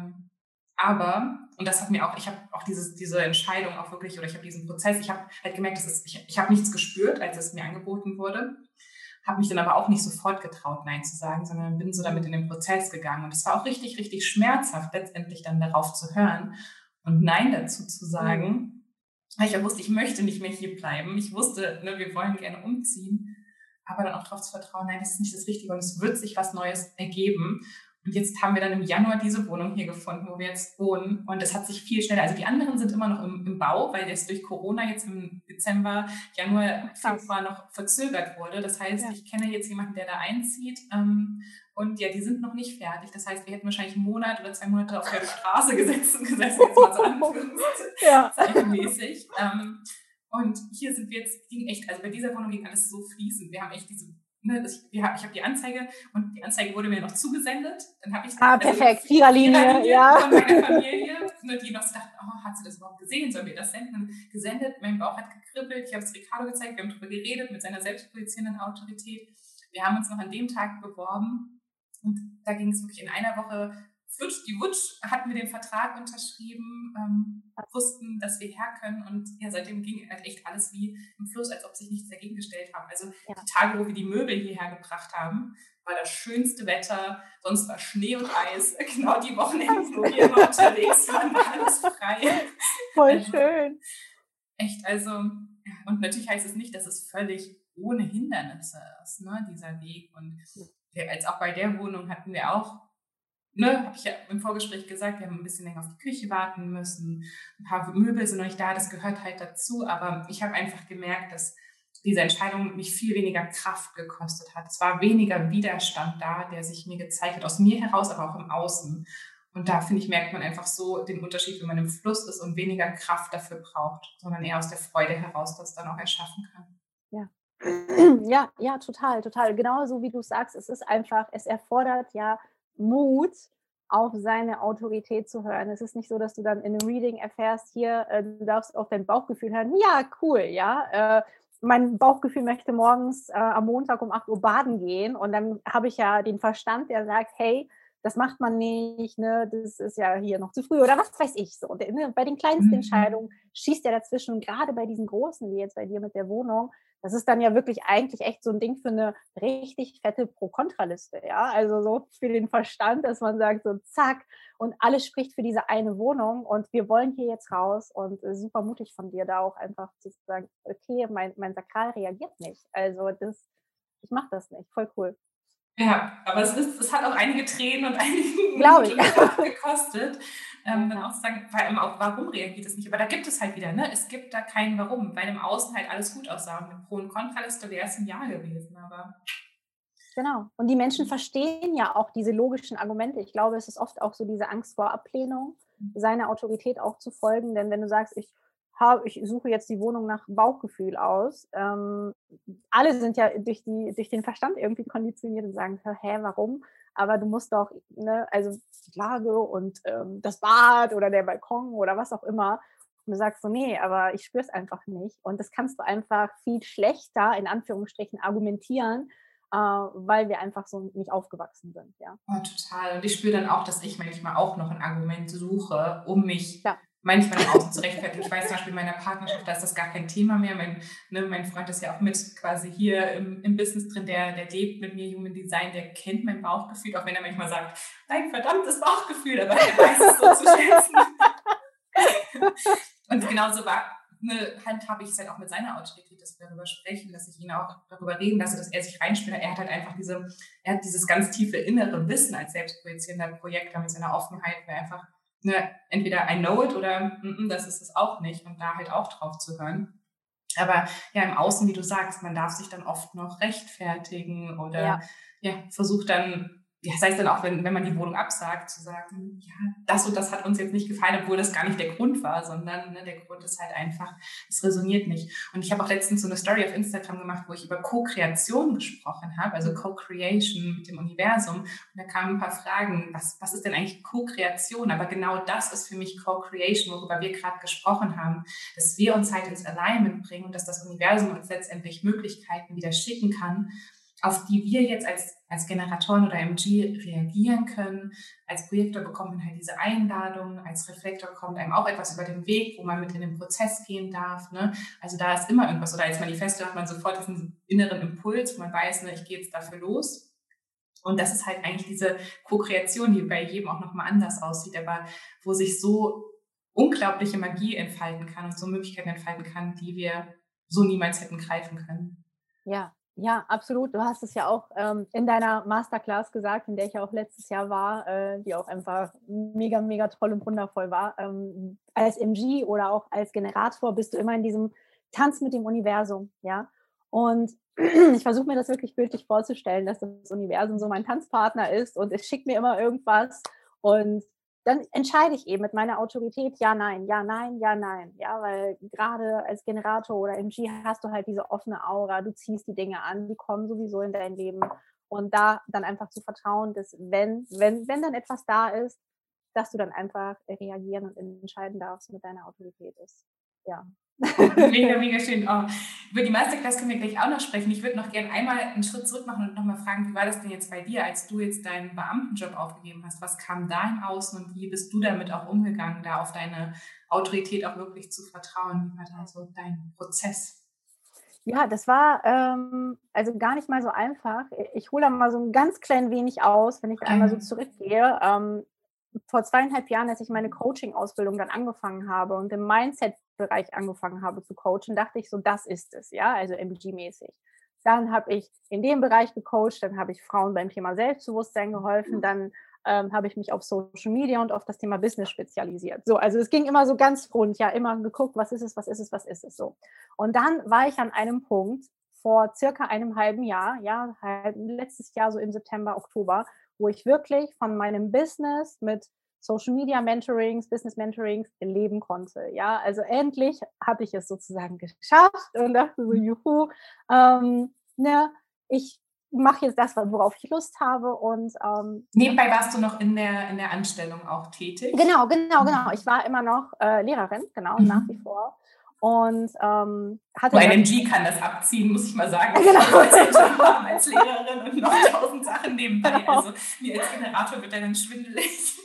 Aber, und das hat mir auch, ich habe auch diese Entscheidung auch wirklich, oder ich habe diesen Prozess, ich habe halt gemerkt, ich habe nichts gespürt, als es mir angeboten wurde. Habe mich dann aber auch nicht sofort getraut, Nein zu sagen, sondern bin so damit in den Prozess gegangen. Und es war auch richtig, richtig schmerzhaft, letztendlich dann darauf zu hören und Nein dazu zu sagen. Weil ich ja wusste, ich möchte nicht mehr hier bleiben. Ich wusste, wir wollen gerne umziehen. Aber dann auch darauf zu vertrauen, nein, das ist nicht das Richtige und es wird sich was Neues ergeben. Und jetzt haben wir dann im Januar diese Wohnung hier gefunden, wo wir jetzt wohnen. Und es hat sich viel schneller, also die anderen sind immer noch im Bau, weil das durch Corona jetzt im Dezember, Januar, Februar noch verzögert wurde. Das heißt, ich kenne jetzt jemanden, der da einzieht. Und ja, die sind noch nicht fertig. Das heißt, wir hätten wahrscheinlich 1 Monat oder 2 Monate auf der Straße gesessen, jetzt mal so anführungszeichenmäßig. Und hier sind wir jetzt, ging echt, also bei dieser Wohnung ging alles so fließend. Wir haben echt diese, ich habe die Anzeige und die Anzeige wurde mir noch zugesendet. Dann habe ich perfekt, Viererlinie, ja. Von meiner Familie, die noch so dachten, hat sie das überhaupt gesehen? Sollen wir das senden? Dann gesendet, mein Bauch hat gekribbelt, ich habe es Ricardo gezeigt, wir haben darüber geredet mit seiner selbstprojizierenden Autorität. Wir haben uns noch an dem Tag beworben und da ging es wirklich in einer Woche flutsch die Wutsch, hatten wir den Vertrag unterschrieben, wussten, dass wir her können und ja, seitdem ging halt echt alles wie im Fluss, als ob sich nichts dagegen gestellt haben. Also die Tage, wo wir die Möbel hierher gebracht haben, war das schönste Wetter, sonst war Schnee und Eis. Genau die Wochenende, wo wir immer unterwegs waren, war alles frei. Voll schön. Echt, also, und natürlich heißt es nicht, dass es völlig ohne Hindernisse ist, dieser Weg. Und als auch bei der Wohnung hatten wir auch, habe ich ja im Vorgespräch gesagt, wir haben ein bisschen länger auf die Küche warten müssen. Ein paar Möbel sind noch nicht da, das gehört halt dazu. Aber ich habe einfach gemerkt, dass diese Entscheidung mich viel weniger Kraft gekostet hat. Es war weniger Widerstand da, der sich mir gezeigt hat, aus mir heraus, aber auch im Außen. Und da, finde ich, merkt man einfach so den Unterschied, wenn man im Fluss ist und weniger Kraft dafür braucht, sondern eher aus der Freude heraus das dann auch erschaffen kann. Ja, total. Genauso wie du sagst, es ist einfach, es erfordert ja Mut, auf seine Autorität zu hören. Es ist nicht so, dass du dann in einem Reading erfährst, hier, du darfst auf dein Bauchgefühl hören. Ja, cool, ja. Mein Bauchgefühl möchte morgens am Montag um 8 Uhr baden gehen und dann habe ich ja den Verstand, der sagt, hey, das macht man nicht, das ist ja hier noch zu früh oder was weiß ich so. Und, bei den kleinsten Entscheidungen schießt er dazwischen und gerade bei diesen großen, wie jetzt bei dir mit der Wohnung, das ist dann ja wirklich eigentlich echt so ein Ding für eine richtig fette Pro-Kontra-Liste, ja. Also so für den Verstand, dass man sagt so zack und alles spricht für diese eine Wohnung und wir wollen hier jetzt raus und super mutig von dir da auch einfach zu sagen, okay, mein Sakral reagiert nicht. Also ich mache das nicht. Voll cool. Ja, aber es hat auch einige Tränen und einige Mut und Kraft gekostet, dann auch zu sagen, vor allem auch, warum reagiert es nicht? Aber da gibt es halt wieder, es gibt da kein Warum, weil im Außen halt alles gut aussah. Und mit Pro- und Kontraliste wäre es ein Ja gewesen, aber... Genau. Und die Menschen verstehen ja auch diese logischen Argumente. Ich glaube, es ist oft auch so diese Angst vor Ablehnung, seiner Autorität auch zu folgen. Denn wenn du sagst, ich suche jetzt die Wohnung nach Bauchgefühl aus, alle sind ja durch den Verstand irgendwie konditioniert und sagen, hä, warum? Aber du musst doch, also die Lage und das Bad oder der Balkon oder was auch immer. Und du sagst so, nee, aber ich spüre es einfach nicht. Und das kannst du einfach viel schlechter, in Anführungsstrichen, argumentieren, weil wir einfach so nicht aufgewachsen sind. Ja. Oh, total. Und ich spüre dann auch, dass ich manchmal auch noch ein Argument suche, um mich manchmal im Außen zu rechtfertigen. Ich weiß zum Beispiel in meiner Partnerschaft, da ist das gar kein Thema mehr. Mein Freund ist ja auch mit quasi hier im Business drin, der lebt mit mir Human Design, der kennt mein Bauchgefühl, auch wenn er manchmal sagt, dein verdammtes Bauchgefühl, aber er weiß es so zu schätzen. Und genauso handhabe ich es halt auch mit seiner Autorität, dass wir darüber sprechen, dass ich ihn auch darüber reden lasse, dass er sich reinspielt. Er hat halt einfach dieses ganz tiefe innere Wissen als selbstprojizierender Projektor mit seiner Offenheit, weil einfach entweder I know it oder das ist es auch nicht und da halt auch drauf zu hören. Aber ja, im Außen, wie du sagst, man darf sich dann oft noch rechtfertigen oder versucht dann ja, das heißt dann auch, wenn man die Wohnung absagt, zu sagen, ja, das und das hat uns jetzt nicht gefallen, obwohl das gar nicht der Grund war, sondern der Grund ist halt einfach, es resoniert nicht. Und ich habe auch letztens so eine Story auf Instagram gemacht, wo ich über Co-Kreation gesprochen habe, also Co-Creation mit dem Universum. Und da kamen ein paar Fragen, was ist denn eigentlich Co-Kreation? Aber genau das ist für mich Co-Creation, worüber wir gerade gesprochen haben, dass wir uns halt ins Alignment bringen und dass das Universum uns letztendlich Möglichkeiten wieder schicken kann, auf die wir jetzt als Generatoren oder MG reagieren können. Als Projektor bekommt man halt diese Einladung, als Reflektor kommt einem auch etwas über den Weg, wo man mit in den Prozess gehen darf. Ne? Also da ist immer irgendwas. Oder als Manifestor hat man sofort diesen inneren Impuls, wo man weiß, ne, ich gehe jetzt dafür los. Und das ist halt eigentlich diese Co-Kreation, die bei jedem auch nochmal anders aussieht, aber wo sich so unglaubliche Magie entfalten kann und so Möglichkeiten entfalten kann, die wir so niemals hätten greifen können. Ja, absolut. Du hast es ja auch in deiner Masterclass gesagt, in der ich ja auch letztes Jahr war, die auch einfach mega, mega toll und wundervoll war. Als MG oder auch als Generator bist du immer in diesem Tanz mit dem Universum, ja. Und ich versuche mir das wirklich bildlich vorzustellen, dass das Universum so mein Tanzpartner ist und es schickt mir immer irgendwas und dann entscheide ich eben mit meiner Autorität, ja, nein, ja, nein, ja, nein. Ja, weil gerade als Generator oder MG hast du halt diese offene Aura, du ziehst die Dinge an, die kommen sowieso in dein Leben. Und da dann einfach zu vertrauen, dass wenn dann etwas da ist, dass du dann einfach reagieren und entscheiden darfst mit deiner Autorität ist. Ja. Mega, mega schön. Oh, über die Masterclass können wir gleich auch noch sprechen. Ich würde noch gerne einmal einen Schritt zurück machen und nochmal fragen, wie war das denn jetzt bei dir, als du jetzt deinen Beamtenjob aufgegeben hast? Was kam da im Außen und wie bist du damit auch umgegangen, da auf deine Autorität auch wirklich zu vertrauen? Wie war da so dein Prozess? Ja, das war also gar nicht mal so einfach. Ich hole da mal so ein ganz klein wenig aus, wenn ich da einmal so zurückgehe. Vor 2,5 Jahren, als ich meine Coaching-Ausbildung dann angefangen habe und im Mindset-Bereich angefangen habe zu coachen, dachte ich so, das ist es, ja, also MBG-mäßig. Dann habe ich in dem Bereich gecoacht, dann habe ich Frauen beim Thema Selbstbewusstsein geholfen, dann habe ich mich auf Social Media und auf das Thema Business spezialisiert. So, also es ging immer so ganz rund, ja, immer geguckt, was ist es, was ist es, was ist es, so. Und dann war ich an einem Punkt, vor circa einem halben Jahr, ja, letztes Jahr so im September, Oktober, wo ich wirklich von meinem Business mit Social Media Mentorings, Business Mentorings leben konnte. Ja, also endlich hatte ich es sozusagen geschafft und dachte so, juhu, ne, ich mache jetzt das, worauf ich Lust habe und nebenbei warst du noch in der Anstellung auch tätig? Genau. Ich war immer noch Lehrerin, genau, nach wie vor. Und hatte ein MG kann das abziehen, muss ich mal sagen. Genau. Als Lehrerin und noch 1000 Sachen nebenbei. Genau. Also mir als Generator wird dann schwindelig.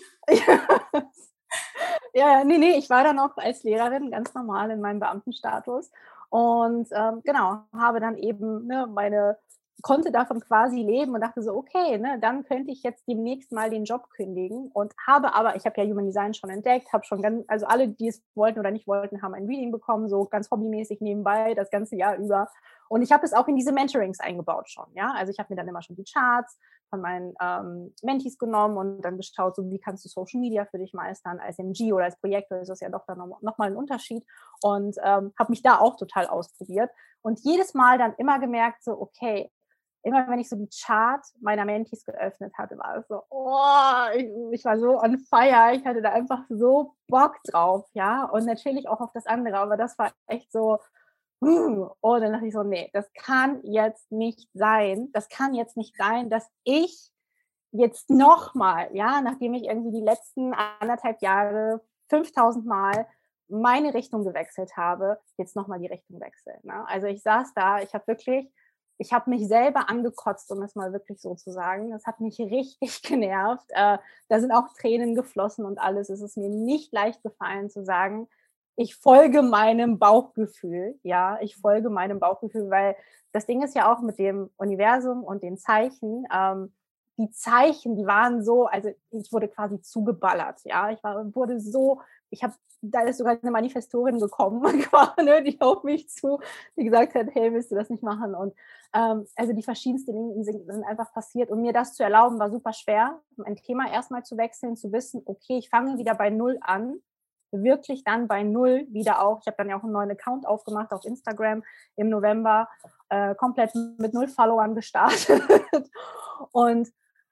Ja, nee, ich war dann auch als Lehrerin ganz normal in meinem Beamtenstatus und genau, habe dann eben konnte davon quasi leben und dachte so, okay, ne, dann könnte ich jetzt demnächst mal den Job kündigen und ich habe ja Human Design schon entdeckt, habe schon also alle, die es wollten oder nicht wollten, haben ein Reading bekommen, so ganz hobbymäßig nebenbei, das ganze Jahr über. Und ich habe es auch in diese Mentorings eingebaut schon, ja. Also ich habe mir dann immer schon die Charts von meinen Mentees genommen und dann geschaut, so wie kannst du Social Media für dich meistern, als MG oder als Projektor ist das ja doch dann noch mal ein Unterschied und habe mich da auch total ausprobiert und jedes Mal dann immer gemerkt, so okay, immer wenn ich so die Chart meiner Mentees geöffnet hatte, war es so, ich war so on fire, ich hatte da einfach so Bock drauf, ja, und natürlich auch auf das andere, aber das war echt so, und dann dachte ich so, nee, das kann jetzt nicht sein, dass ich jetzt nochmal, ja, nachdem ich irgendwie die letzten 1,5 Jahre 5.000 Mal meine Richtung gewechselt habe, jetzt nochmal die Richtung wechseln. Ne? Also ich saß da, ich habe mich selber angekotzt, um es mal wirklich so zu sagen. Das hat mich richtig genervt. Da sind auch Tränen geflossen und alles. Es ist mir nicht leicht gefallen zu sagen, ich folge meinem Bauchgefühl. Ja, ich folge meinem Bauchgefühl, weil das Ding ist ja auch mit dem Universum und den Zeichen, die Zeichen, die waren so, also ich wurde quasi zugeballert, ja, da ist sogar eine Manifestorin gekommen, die auf mich zu, die gesagt hat, hey, willst du das nicht machen? Und also die verschiedensten Dinge sind einfach passiert und mir das zu erlauben, war super schwer, ein Thema erstmal zu wechseln, zu wissen, okay, ich fange wieder bei Null an, wirklich dann bei Null wieder auch, ich habe dann ja auch einen neuen Account aufgemacht auf Instagram im November, komplett mit 0 Followern gestartet und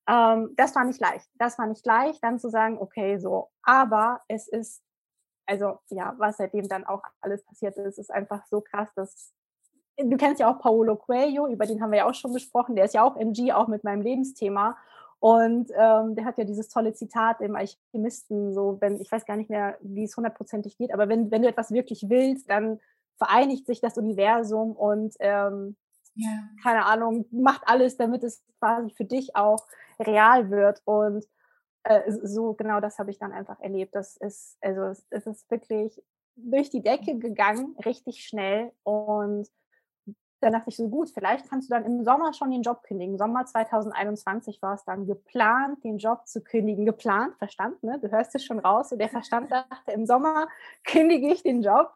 Das war nicht leicht. Das war nicht leicht, dann zu sagen: „Okay, so.“ Aber es ist also, ja, was seitdem dann auch alles passiert ist, ist einfach so krass, dass du kennst ja auch Paulo Coelho, über den haben wir ja auch schon gesprochen. Der ist ja auch MG, auch mit meinem Lebensthema. Und, der hat ja dieses tolle Zitat im Alchemisten, so wenn ich weiß gar nicht mehr, wie es hundertprozentig geht, aber wenn du etwas wirklich willst, dann vereinigt sich das Universum und, Ja. keine Ahnung, macht alles, damit es quasi für dich auch real wird. Und, so genau das habe ich dann einfach erlebt. Das ist also, es ist wirklich durch die Decke gegangen, richtig schnell. Und dann dachte ich so: „Gut, vielleicht kannst du dann im Sommer schon den Job kündigen.“ Sommer 2021 war es dann geplant, den Job zu kündigen. Geplant, Verstand, ne? Du hörst es schon raus. Und der Verstand dachte: „Im Sommer kündige ich den Job.“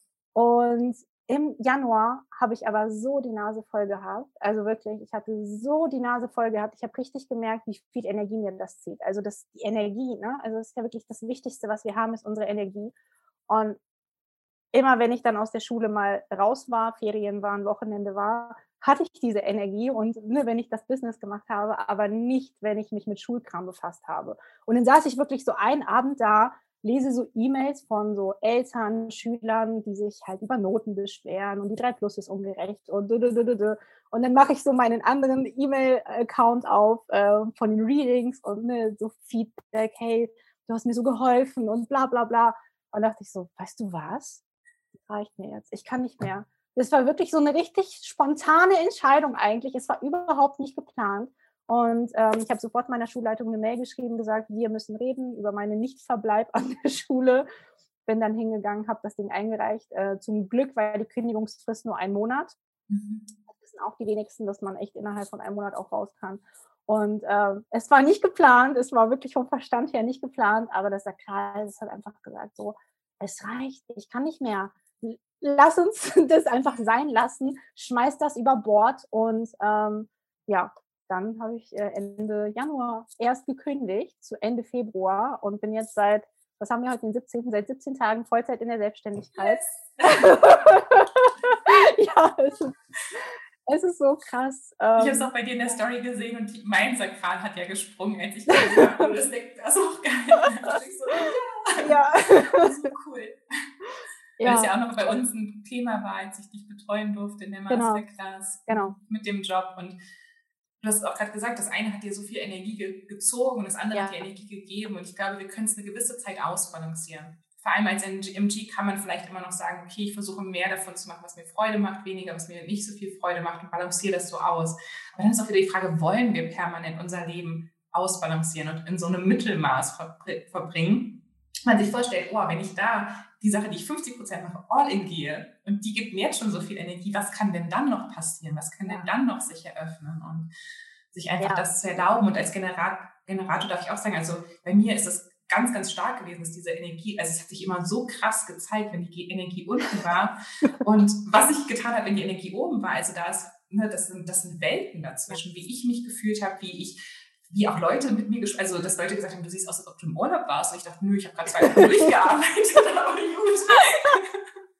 Und im Januar habe ich aber so die Nase voll gehabt. Also wirklich, ich hatte so die Nase voll gehabt. Ich habe richtig gemerkt, wie viel Energie mir das zieht. Also das die Energie, ne? Also, das ist ja wirklich das Wichtigste, was wir haben, ist unsere Energie. Und immer wenn ich dann aus der Schule mal raus war, Ferien waren, Wochenende war, hatte ich diese Energie und, ne, wenn ich das Business gemacht habe, aber nicht, wenn ich mich mit Schulkram befasst habe. Und dann saß ich wirklich so einen Abend da, lese so E-Mails von so Eltern, Schülern, die sich halt über Noten beschweren und die 3 Plus ist ungerecht und dü, dü, dü, dü, dü. Und dann mache ich so meinen anderen E-Mail-Account auf, von den Readings und, ne, so Feedback: „Hey, du hast mir so geholfen“ und bla bla bla. Und dachte ich so: „Weißt du was? Reicht mir jetzt. Ich kann nicht mehr.“ Das war wirklich so 'ne richtig spontane Entscheidung eigentlich. Es war überhaupt nicht geplant. Und, ich habe sofort meiner Schulleitung 'ne Mail geschrieben, gesagt: „Wir müssen reden über meinen Nichtverbleib an der Schule.“ Bin dann hingegangen, habe das Ding eingereicht. Zum Glück war die Kündigungsfrist nur 1 Monat. Mhm. Das wissen auch die wenigsten, dass man echt innerhalb von 1 Monat auch raus kann. Und, es war nicht geplant. Es war wirklich vom Verstand her nicht geplant, aber der Sakral hat einfach gesagt so: „Es reicht, ich kann nicht mehr. Lass uns das einfach sein lassen, schmeiß das über Bord.“ Und, ja, dann habe ich, Ende Januar erst gekündigt zu Ende Februar und bin jetzt seit was haben wir heute, den 17., seit 17 Tagen Vollzeit in der Selbstständigkeit. Yes. Ja, es ist so krass. Ich habe es auch bei dir in der Story gesehen und mein Sakral hat ja gesprungen, als ich gesehen habe, das ist auch geil. Und ich so, ja, Ja. so cool. Weil es Ja, ja auch noch bei uns ein Thema war, als ich dich betreuen durfte in der genau, Masterclass genau. mit dem Job. Und du hast auch gerade gesagt, das eine hat dir so viel Energie gezogen und das andere hat dir Ja, Energie gegeben. Und ich glaube, wir können es eine gewisse Zeit ausbalancieren. Vor allem als MG kann man vielleicht immer noch sagen, okay, ich versuche mehr davon zu machen, was mir Freude macht, weniger, was mir nicht so viel Freude macht und balanciere das so aus. Aber dann ist auch wieder die Frage, wollen wir permanent unser Leben ausbalancieren und in so einem Mittelmaß verbringen? Man sich vorstellt, oh, wenn ich da die Sache, die ich 50% mache, all in gehe und die gibt mir jetzt schon so viel Energie, was kann denn dann noch passieren? Was kann denn ja, dann noch sich eröffnen? Und sich einfach ja, das zu erlauben. Und als Generator darf ich auch sagen, also bei mir ist es ganz, ganz stark gewesen, dass diese Energie, also es hat sich immer so krass gezeigt, wenn die Energie unten war. Und was ich getan habe, wenn die Energie oben war, also da ist, ne, das sind Welten ja. dazwischen, wie ich mich gefühlt habe, wie auch Leute mit mir, also dass Leute gesagt haben, du siehst aus, als ob du im Urlaub warst. Und ich dachte, nö, ich habe gerade 2 Wochen durchgearbeitet, aber gut.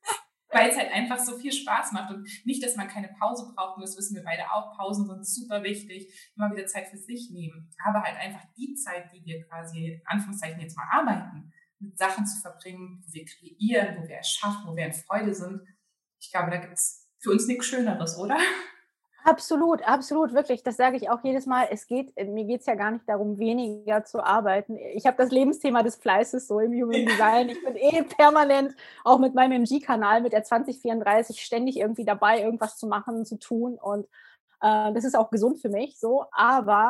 Weil es halt einfach so viel Spaß macht und nicht, dass man keine Pause braucht, und das wissen wir beide auch, Pausen sind super wichtig, immer wieder Zeit für sich nehmen, aber halt einfach die Zeit, die wir quasi in Anführungszeichen jetzt mal arbeiten, mit Sachen zu verbringen, wo wir kreieren, wo wir erschaffen, wo wir in Freude sind. Ich glaube, da gibt es für uns nichts Schöneres, oder? Absolut, absolut, wirklich. Das sage ich auch jedes Mal. Mir geht's ja gar nicht darum, weniger zu arbeiten. Ich habe das Lebensthema des Fleißes so im Human Design. Ich bin permanent auch mit meinem MG-Kanal, mit der 2034 ständig irgendwie dabei, irgendwas zu machen, zu tun und, das ist auch gesund für mich so, aber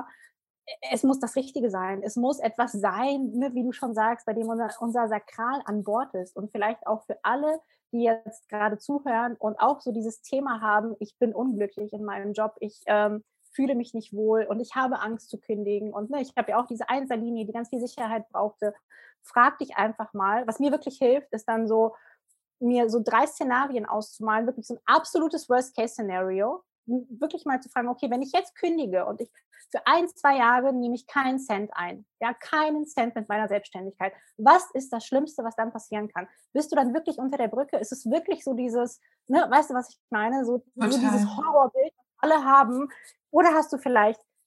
es muss das Richtige sein. Es muss etwas sein, ne, wie du schon sagst, bei dem unser Sakral an Bord ist. Und vielleicht auch für alle, die jetzt gerade zuhören und auch so dieses Thema haben, ich bin unglücklich in meinem Job, ich fühle mich nicht wohl und ich habe Angst zu kündigen. Und ne, ich habe ja auch diese Einserlinie, die ganz viel Sicherheit brauchte. Frag dich einfach mal. Was mir wirklich hilft, ist dann so, mir so 3 Szenarien auszumalen, wirklich so ein absolutes Worst-Case-Szenario. Wirklich mal zu fragen, okay, wenn ich jetzt kündige und ich für 1, 2 Jahre nehme ich keinen Cent ein, ja, keinen Cent mit meiner Selbstständigkeit. Was ist das Schlimmste, was dann passieren kann? Bist du dann wirklich unter der Brücke? Ist es wirklich so dieses, ne, weißt du, was ich meine? So dieses Total. Horrorbild, was alle haben? Oder hast du vielleicht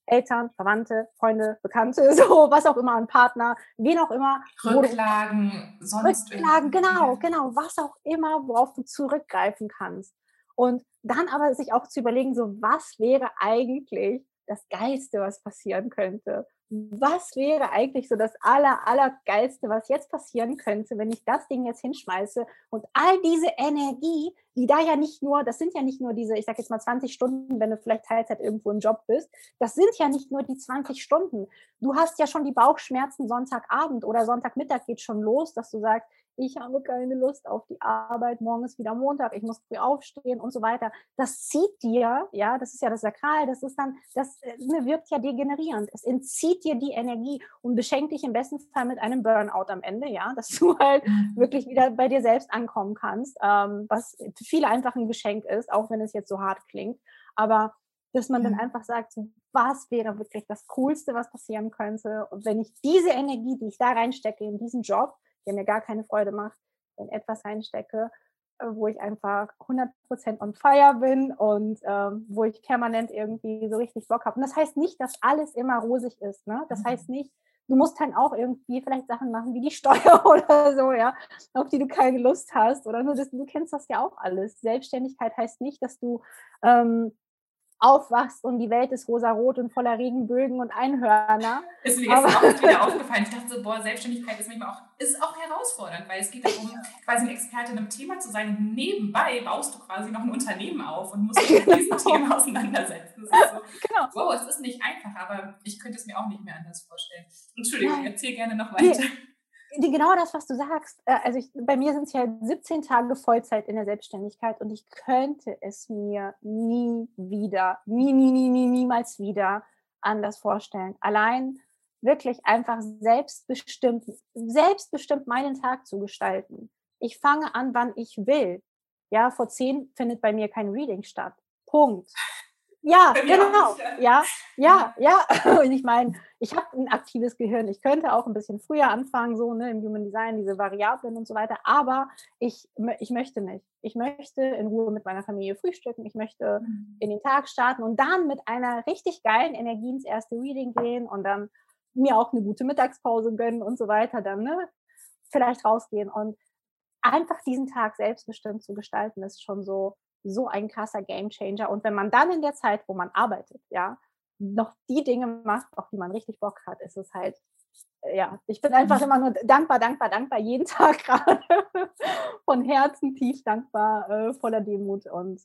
Eltern, Verwandte, Freunde, Bekannte, so was auch immer, ein Partner, wen auch immer. Rücklagen, sonst Rücklagen, genau, was auch immer, worauf du zurückgreifen kannst. Und dann aber sich auch zu überlegen, so was wäre eigentlich das Geilste, was passieren könnte? Was wäre eigentlich so das Allergeilste, was jetzt passieren könnte, wenn ich das Ding jetzt hinschmeiße und all diese Energie, die da ja nicht nur, das sind ja nicht nur diese, ich sage jetzt mal 20 Stunden, wenn du vielleicht Teilzeit irgendwo im Job bist, das sind ja nicht nur die 20 Stunden. Du hast ja schon die Bauchschmerzen Sonntagabend oder Sonntagmittag geht schon los, dass du sagst, ich habe keine Lust auf die Arbeit, morgen ist wieder Montag, ich muss früh aufstehen und so weiter. Das zieht dir, ja, das ist ja das Sakral, das ist dann, das wirkt ja degenerierend. Es entzieht dir die Energie und beschenkt dich im besten Fall mit einem Burnout am Ende, ja, dass du halt wirklich wieder bei dir selbst ankommen kannst, was für viele einfach ein Geschenk ist, auch wenn es jetzt so hart klingt. Aber dass man dann einfach sagt, so, was wäre wirklich das Coolste, was passieren könnte? Und wenn ich diese Energie, die ich da reinstecke in diesen Job, der mir gar keine Freude macht, in etwas reinstecke, wo ich einfach 100% on fire bin und wo ich permanent irgendwie so richtig Bock habe. Und das heißt nicht, dass alles immer rosig ist. Ne? Das heißt nicht, du musst dann auch irgendwie vielleicht Sachen machen wie die Steuer oder so, ja, auf die du keine Lust hast. Oder nur das, du kennst das ja auch alles. Selbstständigkeit heißt nicht, dass du aufwachst und die Welt ist rosarot und voller Regenbögen und Einhörner. Ist mir gestern auch wieder aufgefallen. Ich dachte so, boah, Selbstständigkeit ist manchmal auch herausfordernd, weil es geht darum, quasi eine Expertin im Thema zu sein. Und nebenbei baust du quasi noch ein Unternehmen auf und musst dich mit diesem Thema auseinandersetzen. Das ist so, wow, es ist nicht einfach, aber ich könnte es mir auch nicht mehr anders vorstellen. Entschuldigung, erzähl gerne noch weiter. Genau das, was du sagst. Also bei mir sind es ja 17 Tage Vollzeit in der Selbstständigkeit und ich könnte es mir niemals wieder anders vorstellen. Allein wirklich einfach selbstbestimmt meinen Tag zu gestalten. Ich fange an, wann ich will. Ja, vor 10 findet bei mir kein Reading statt. Punkt. Ja, genau. Ja. Und ich meine, ich habe ein aktives Gehirn. Ich könnte auch ein bisschen früher anfangen, so ne, im Human Design, diese Variablen und so weiter. Aber ich möchte nicht. Ich möchte in Ruhe mit meiner Familie frühstücken. Ich möchte in den Tag starten und dann mit einer richtig geilen Energie ins erste Reading gehen und dann mir auch eine gute Mittagspause gönnen und so weiter. Dann ne, vielleicht rausgehen und einfach diesen Tag selbstbestimmt zu gestalten, ist schon so ein krasser Gamechanger. Und wenn man dann in der Zeit, wo man arbeitet, ja, noch die Dinge macht, auf die man richtig Bock hat, ist es halt, ja, ich bin einfach immer nur dankbar, jeden Tag gerade. Von Herzen tief dankbar, voller Demut und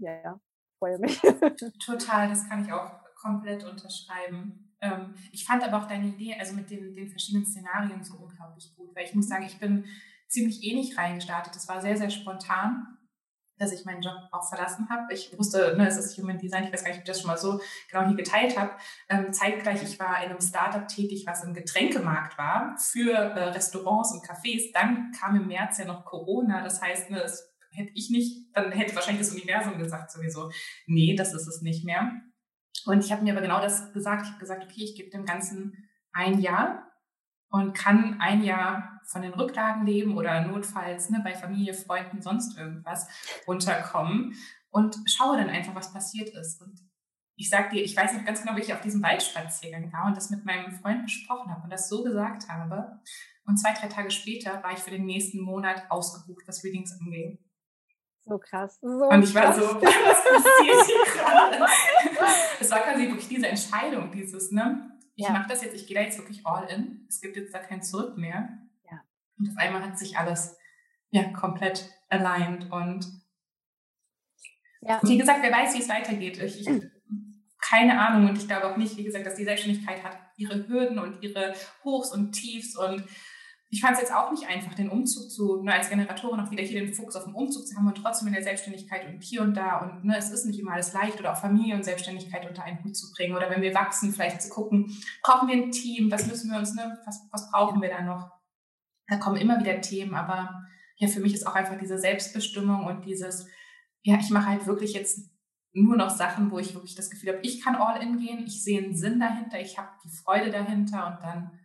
freue mich. Total, das kann ich auch komplett unterschreiben. Ich fand aber auch deine Idee, also mit den verschiedenen Szenarien so unglaublich gut, weil ich muss sagen, ich bin ziemlich ähnlich reingestartet. Das war sehr, sehr spontan, dass ich meinen Job auch verlassen habe. Ich wusste, ne, es ist Human Design, ich weiß gar nicht, ob ich das schon mal so genau hier geteilt habe. Zeitgleich, ich war in einem Startup tätig, was im Getränkemarkt war, für Restaurants und Cafés. Dann kam im März ja noch Corona, das heißt, ne, das hätte ich nicht, dann hätte wahrscheinlich das Universum gesagt sowieso, nee, das ist es nicht mehr. Und ich habe mir aber genau das gesagt. Ich habe gesagt, okay, ich gebe dem Ganzen ein Jahr und kann ein Jahr von den Rücklagen leben oder notfalls ne, bei Familie, Freunden, sonst irgendwas runterkommen und schaue dann einfach, was passiert ist. Und ich sag dir, ich weiß noch ganz genau, wie ich auf diesem Waldspaziergang war und das mit meinem Freund besprochen habe und das so gesagt habe. Und 2-3 Tage später war ich für den nächsten Monat ausgebucht, was Readings angeht. So krass. Und ich war so, was passiert hier gerade? Es war quasi wirklich diese Entscheidung, dieses, ne? Ich mache das jetzt, ich gehe da jetzt wirklich all in. Es gibt jetzt da kein Zurück mehr. Ja. Und auf einmal hat sich alles komplett aligned. Und wie gesagt, wer weiß, wie es weitergeht. Ich keine Ahnung und ich glaube auch nicht, wie gesagt, dass die Selbstständigkeit hat ihre Hürden und ihre Hochs und Tiefs und ich fand es jetzt auch nicht einfach, den Umzug nur als Generatorin auch wieder hier den Fokus auf den Umzug zu haben und trotzdem in der Selbstständigkeit und hier und da und ne, es ist nicht immer alles leicht oder auch Familie und Selbstständigkeit unter einen Hut zu bringen oder wenn wir wachsen, vielleicht zu gucken, brauchen wir ein Team, was müssen wir uns, ne, was brauchen wir da noch? Da kommen immer wieder Themen, aber ja, für mich ist auch einfach diese Selbstbestimmung und dieses, ja, ich mache halt wirklich jetzt nur noch Sachen, wo ich wirklich das Gefühl habe, ich kann all in gehen, ich sehe einen Sinn dahinter, ich habe die Freude dahinter und dann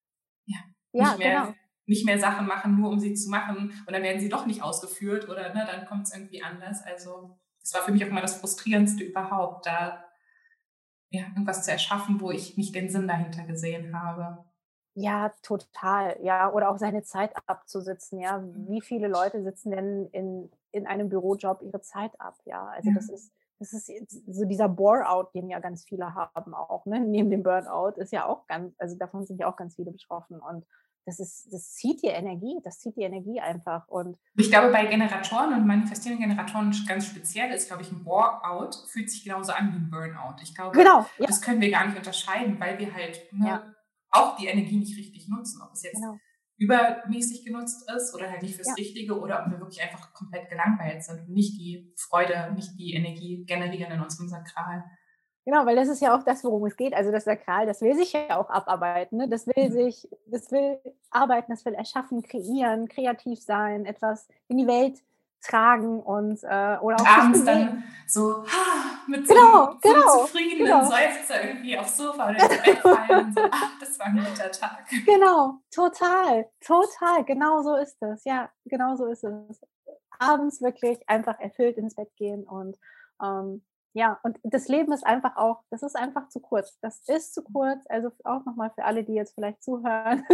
nicht mehr Sachen machen, nur um sie zu machen und dann werden sie doch nicht ausgeführt oder ne, dann kommt es irgendwie anders. Also das war für mich auch immer das Frustrierendste überhaupt, da irgendwas zu erschaffen, wo ich nicht den Sinn dahinter gesehen habe. Ja, total, ja. Oder auch seine Zeit abzusitzen, ja. Wie viele Leute sitzen denn in einem Bürojob ihre Zeit ab, ja? Also, Ja. das ist jetzt so dieser Bore-out, den ja ganz viele haben auch, ne? Neben dem Burnout ist ja auch also, davon sind ja auch ganz viele betroffen und das zieht die Energie, einfach und Ich glaube, bei Generatoren und manifestierenden Generatoren ganz speziell ist, glaube ich, ein Bore-out fühlt sich genauso an wie ein Burnout. Ich glaube, genau, ja, das können wir gar nicht unterscheiden, weil wir halt ja, auch die Energie nicht richtig nutzen, ob es jetzt genau, übermäßig genutzt ist oder halt nicht fürs ja. Richtige oder ob wir wirklich einfach komplett gelangweilt sind und nicht die Freude, nicht die Energie generieren in unserem Sakral. Genau, weil das ist ja auch das, worum es geht. Also das Sakral, das will sich ja auch abarbeiten, ne? Das will arbeiten, das will erschaffen, kreieren, kreativ sein, etwas in die Welt tragen und oder Und auch sich abends bewegen. dann so mit Genau, so einem genau, zufriedenen genau, Seufzer irgendwie aufs Sofa oder ins Bett fallen und so, das war ein guter Tag. genau, total, total, genau so ist es. Ja, genau so ist es. Abends wirklich einfach erfüllt ins Bett gehen und, ähm, ja, und das Leben ist einfach auch das ist einfach zu kurz. Das ist zu kurz, also auch noch mal für alle, die jetzt vielleicht zuhören.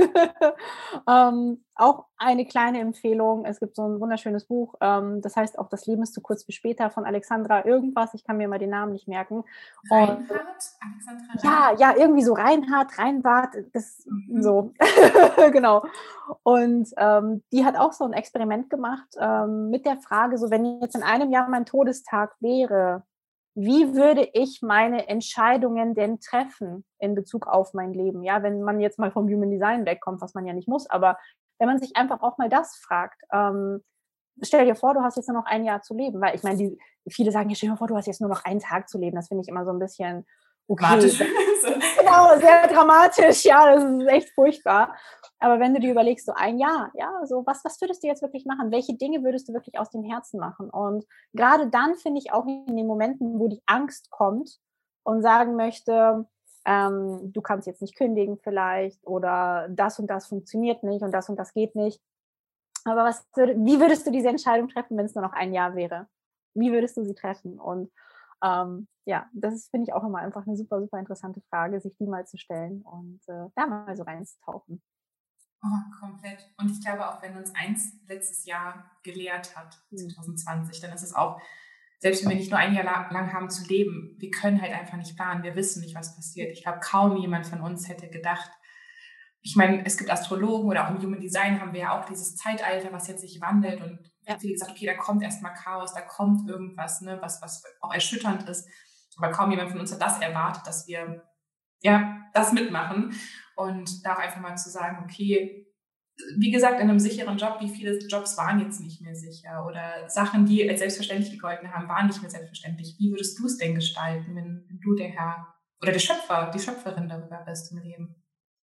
Auch eine kleine Empfehlung. Es gibt so 'n wunderschönes Buch, das heißt auch „Das Leben ist zu kurz für später" von Alexandra irgendwas. Ich kann mir immer den Namen nicht merken. Und Reinhard? Alexandra ja, Reinhard? ja, irgendwie so Reinhard, das Mhm. so. Genau. Und, die hat auch so 'n Experiment gemacht, mit der Frage so: „Wenn jetzt in einem Jahr mein Todestag wäre, wie würde ich meine Entscheidungen denn treffen in Bezug auf mein Leben?" Ja, wenn man jetzt mal vom Human Design wegkommt, was man ja nicht muss, aber wenn man sich einfach auch mal das fragt, stell dir vor, du hast jetzt nur noch ein Jahr zu leben, weil ich meine, viele sagen ja: „Stell dir mal vor, du hast jetzt nur noch einen Tag zu leben." Das finde ich immer so 'n bisschen okay, Dramatisch. genau, sehr dramatisch, ja, das ist echt furchtbar. Aber wenn du dir überlegst, so ein Jahr, ja, so was würdest du jetzt wirklich machen? Welche Dinge würdest du wirklich aus dem Herzen machen? Und gerade dann finde ich auch in den Momenten, wo die Angst kommt und sagen möchte, du kannst jetzt nicht kündigen vielleicht oder das und das funktioniert nicht und das geht nicht. Aber wie würdest du diese Entscheidung treffen, wenn es nur noch ein Jahr wäre? Wie würdest du sie treffen? Und, ja, das ist, finde ich, auch immer einfach eine super, super interessante Frage, sich die mal zu stellen und, da mal so reinzutauchen. Oh, komplett. Und ich glaube auch, wenn uns eins letztes Jahr gelehrt hat, Mhm. 2020, dann ist es auch, selbst wenn wir nicht nur ein Jahr lang haben zu leben, wir können halt einfach nicht planen. Wir wissen nicht, was passiert. Ich glaube, kaum jemand von uns hätte gedacht, ich meine, es gibt Astrologen oder auch im Human Design haben wir ja auch dieses Zeitalter, was jetzt sich wandelt und Ja, viele gesagt, okay, da kommt erstmal Chaos, da kommt irgendwas, ne, was auch erschütternd ist. Aber kaum jemand von uns hat das erwartet, dass wir das mitmachen und da auch einfach mal zu sagen, okay, wie gesagt, in einem sicheren Job, wie viele Jobs waren jetzt nicht mehr sicher oder Sachen, die als selbstverständlich gegolten haben, waren nicht mehr selbstverständlich. Wie würdest du es denn gestalten, wenn du der Herr oder der Schöpfer, die Schöpferin darüber bist im Leben?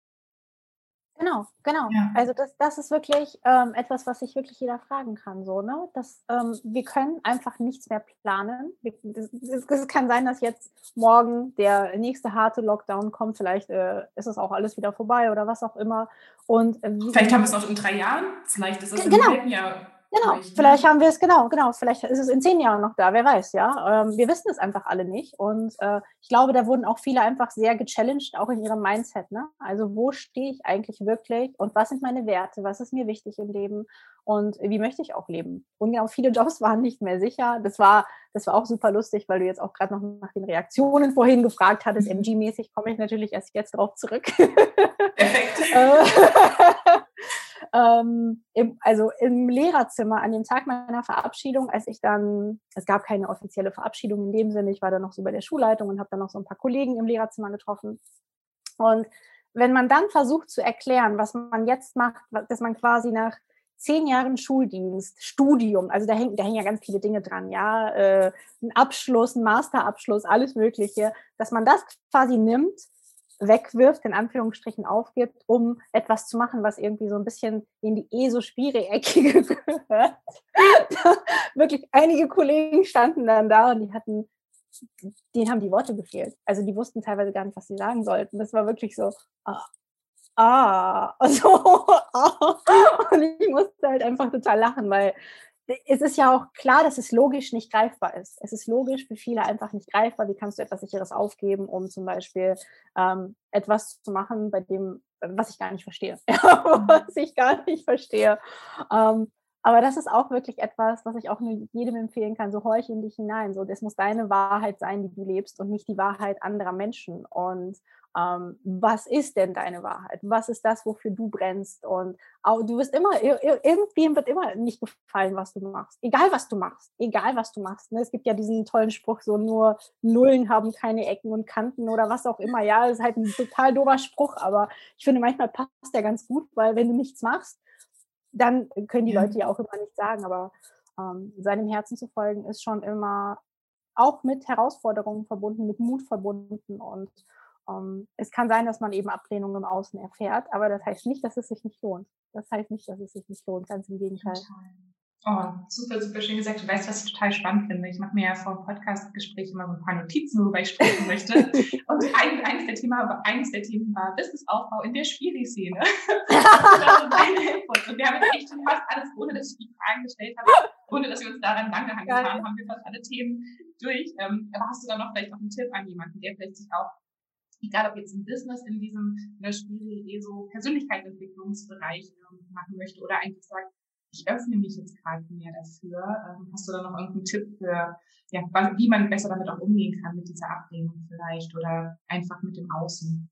genau, genau. Ja. Also, das ist wirklich, etwas, was sich wirklich jeder fragen kann so, ne? Wir können einfach nichts mehr planen. Es kann sein, dass jetzt morgen der nächste harte Lockdown kommt. Vielleicht, ist es auch alles wieder vorbei oder was auch immer. Und, Vielleicht haben wir es noch in 3 Jahren, vielleicht ist es in einem genau. halben Jahr Genau, durch. vielleicht Ne? haben wir es genau, vielleicht ist es in 10 Jahren noch da, wer weiß, ja? Wir wissen es einfach alle nicht und, ich glaube, da wurden auch viele einfach sehr gechallenged, auch in ihrem Mindset, ne? Also, wo stehe ich eigentlich wirklich und was sind meine Werte? Was ist mir wichtig im Leben und wie möchte ich auch leben? Und genau, viele Jobs waren nicht mehr sicher. Das war auch super lustig, weil du jetzt auch grad noch nach den Reaktionen vorhin gefragt hattest. Mhm. MG-mäßig komme ich natürlich erst jetzt drauf zurück. Perfekt. Äh, im Lehrerzimmer an dem Tag meiner Verabschiedung, es gab keine offizielle Verabschiedung in dem Sinne, ich war dann noch so bei der Schulleitung und habe dann noch so ein paar Kollegen im Lehrerzimmer getroffen. Und wenn man dann versucht zu erklären, was man jetzt macht, dass man quasi nach 10 Jahren Schuldienst, Studium, also da hängen ja ganz viele Dinge dran, ja, 'n Abschluss, 'n Masterabschluss, alles Mögliche, dass man das quasi nimmt, wegwirft, in Anführungsstrichen aufgibt, um etwas zu machen, was irgendwie so ein bisschen in die Esospiri-Eckige gehört. Wirklich einige Kollegen standen dann da und denen haben die Worte gefehlt. Also, die wussten teilweise gar nicht, was sie sagen sollten. Das war wirklich so: „Ah, so, ah." Und ich musste halt einfach total lachen, weil es ist ja auch klar, dass es logisch nicht greifbar ist. Es ist logisch für viele einfach nicht greifbar. Wie kannst du etwas Sicheres aufgeben, um zum Beispiel etwas zu machen, bei dem, was ich gar nicht verstehe. Was ich gar nicht verstehe. Aber das ist auch wirklich etwas, was ich auch nur jedem empfehlen kann. So horch in dich hinein. So, das muss deine Wahrheit sein, die du lebst und nicht die Wahrheit anderer Menschen. Und was ist denn deine Wahrheit? Was ist das, wofür du brennst? Und du wirst immer, irgendwem wird immer nicht gefallen, was du machst. Egal, was du machst. Egal, was du machst. Ne? Es gibt ja diesen tollen Spruch, so nur Nullen haben keine Ecken und Kanten oder was auch immer. Ja, das ist halt ein total doofer Spruch, aber ich finde, manchmal passt der ganz gut, weil wenn du nichts machst, dann können die Ja. Leute ja auch immer nichts sagen. Aber seinem Herzen zu folgen, ist schon immer auch mit Herausforderungen verbunden, mit Mut verbunden. Und es kann sein, dass man eben Ablehnung im Außen erfährt, aber das heißt nicht, dass es sich nicht lohnt. Das heißt nicht, dass es sich nicht lohnt, ganz im Gegenteil. Total. Oh, super, super schön gesagt. Du weißt, was ich total spannend finde. Ich mache mir ja vor dem Podcast-Gespräch immer so ein paar Notizen, worüber ich sprechen möchte. Und eines der Themen war Businessaufbau in der Spiri-Szene. Und wir haben jetzt echt schon fast alles, ohne dass ich die Fragen gestellt habe, ohne dass wir uns daran langgehangen haben, haben wir fast alle Themen durch. Aber hast du da noch vielleicht noch einen Tipp an jemanden, der vielleicht sich auch, egal ob jetzt im Business in der Spiri so Persönlichkeitsentwicklungsbereich machen möchte oder eigentlich sagt, ich öffne mich jetzt gerade mehr dafür. Hast du da noch irgendeinen Tipp für, ja, wie man besser damit auch umgehen kann, mit dieser Ablehnung vielleicht oder einfach mit dem Außen?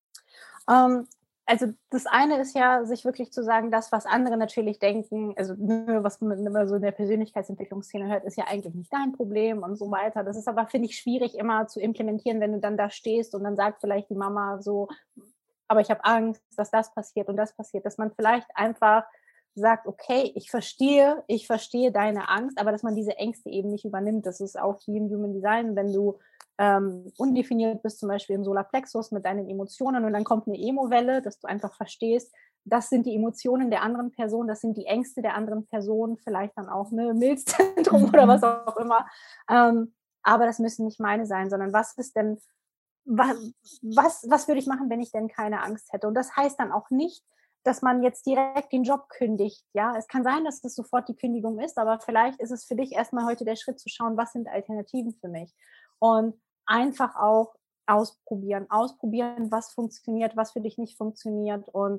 Also das eine ist ja, sich wirklich zu sagen, das, was andere natürlich denken, also was man immer so in der Persönlichkeitsentwicklungsszene hört, ist ja eigentlich nicht dein Problem und so weiter. Das ist aber, finde ich, schwierig immer zu implementieren, wenn du dann da stehst und dann sagt vielleicht die Mama so, aber ich habe Angst, dass das passiert und das passiert, dass man vielleicht einfach sagt, okay, ich verstehe deine Angst, aber dass man diese Ängste eben nicht übernimmt. Das ist auch wie im Human Design, wenn du undefiniert bist, zum Beispiel im Solarplexus mit deinen Emotionen und dann kommt eine Emo-Welle, dass du einfach verstehst, das sind die Emotionen der anderen Person, das sind die Ängste der anderen Person, vielleicht dann auch eine Milzzentrum oder was auch immer. Aber das müssen nicht meine sein, sondern was ist denn, was würde ich machen, wenn ich denn keine Angst hätte? Und das heißt dann auch nicht, dass man jetzt direkt den Job kündigt. Ja, es kann sein, dass das sofort die Kündigung ist, aber vielleicht ist es für dich erstmal heute der Schritt zu schauen, was sind Alternativen für mich? Und einfach auch ausprobieren, was funktioniert, was für dich nicht funktioniert. Und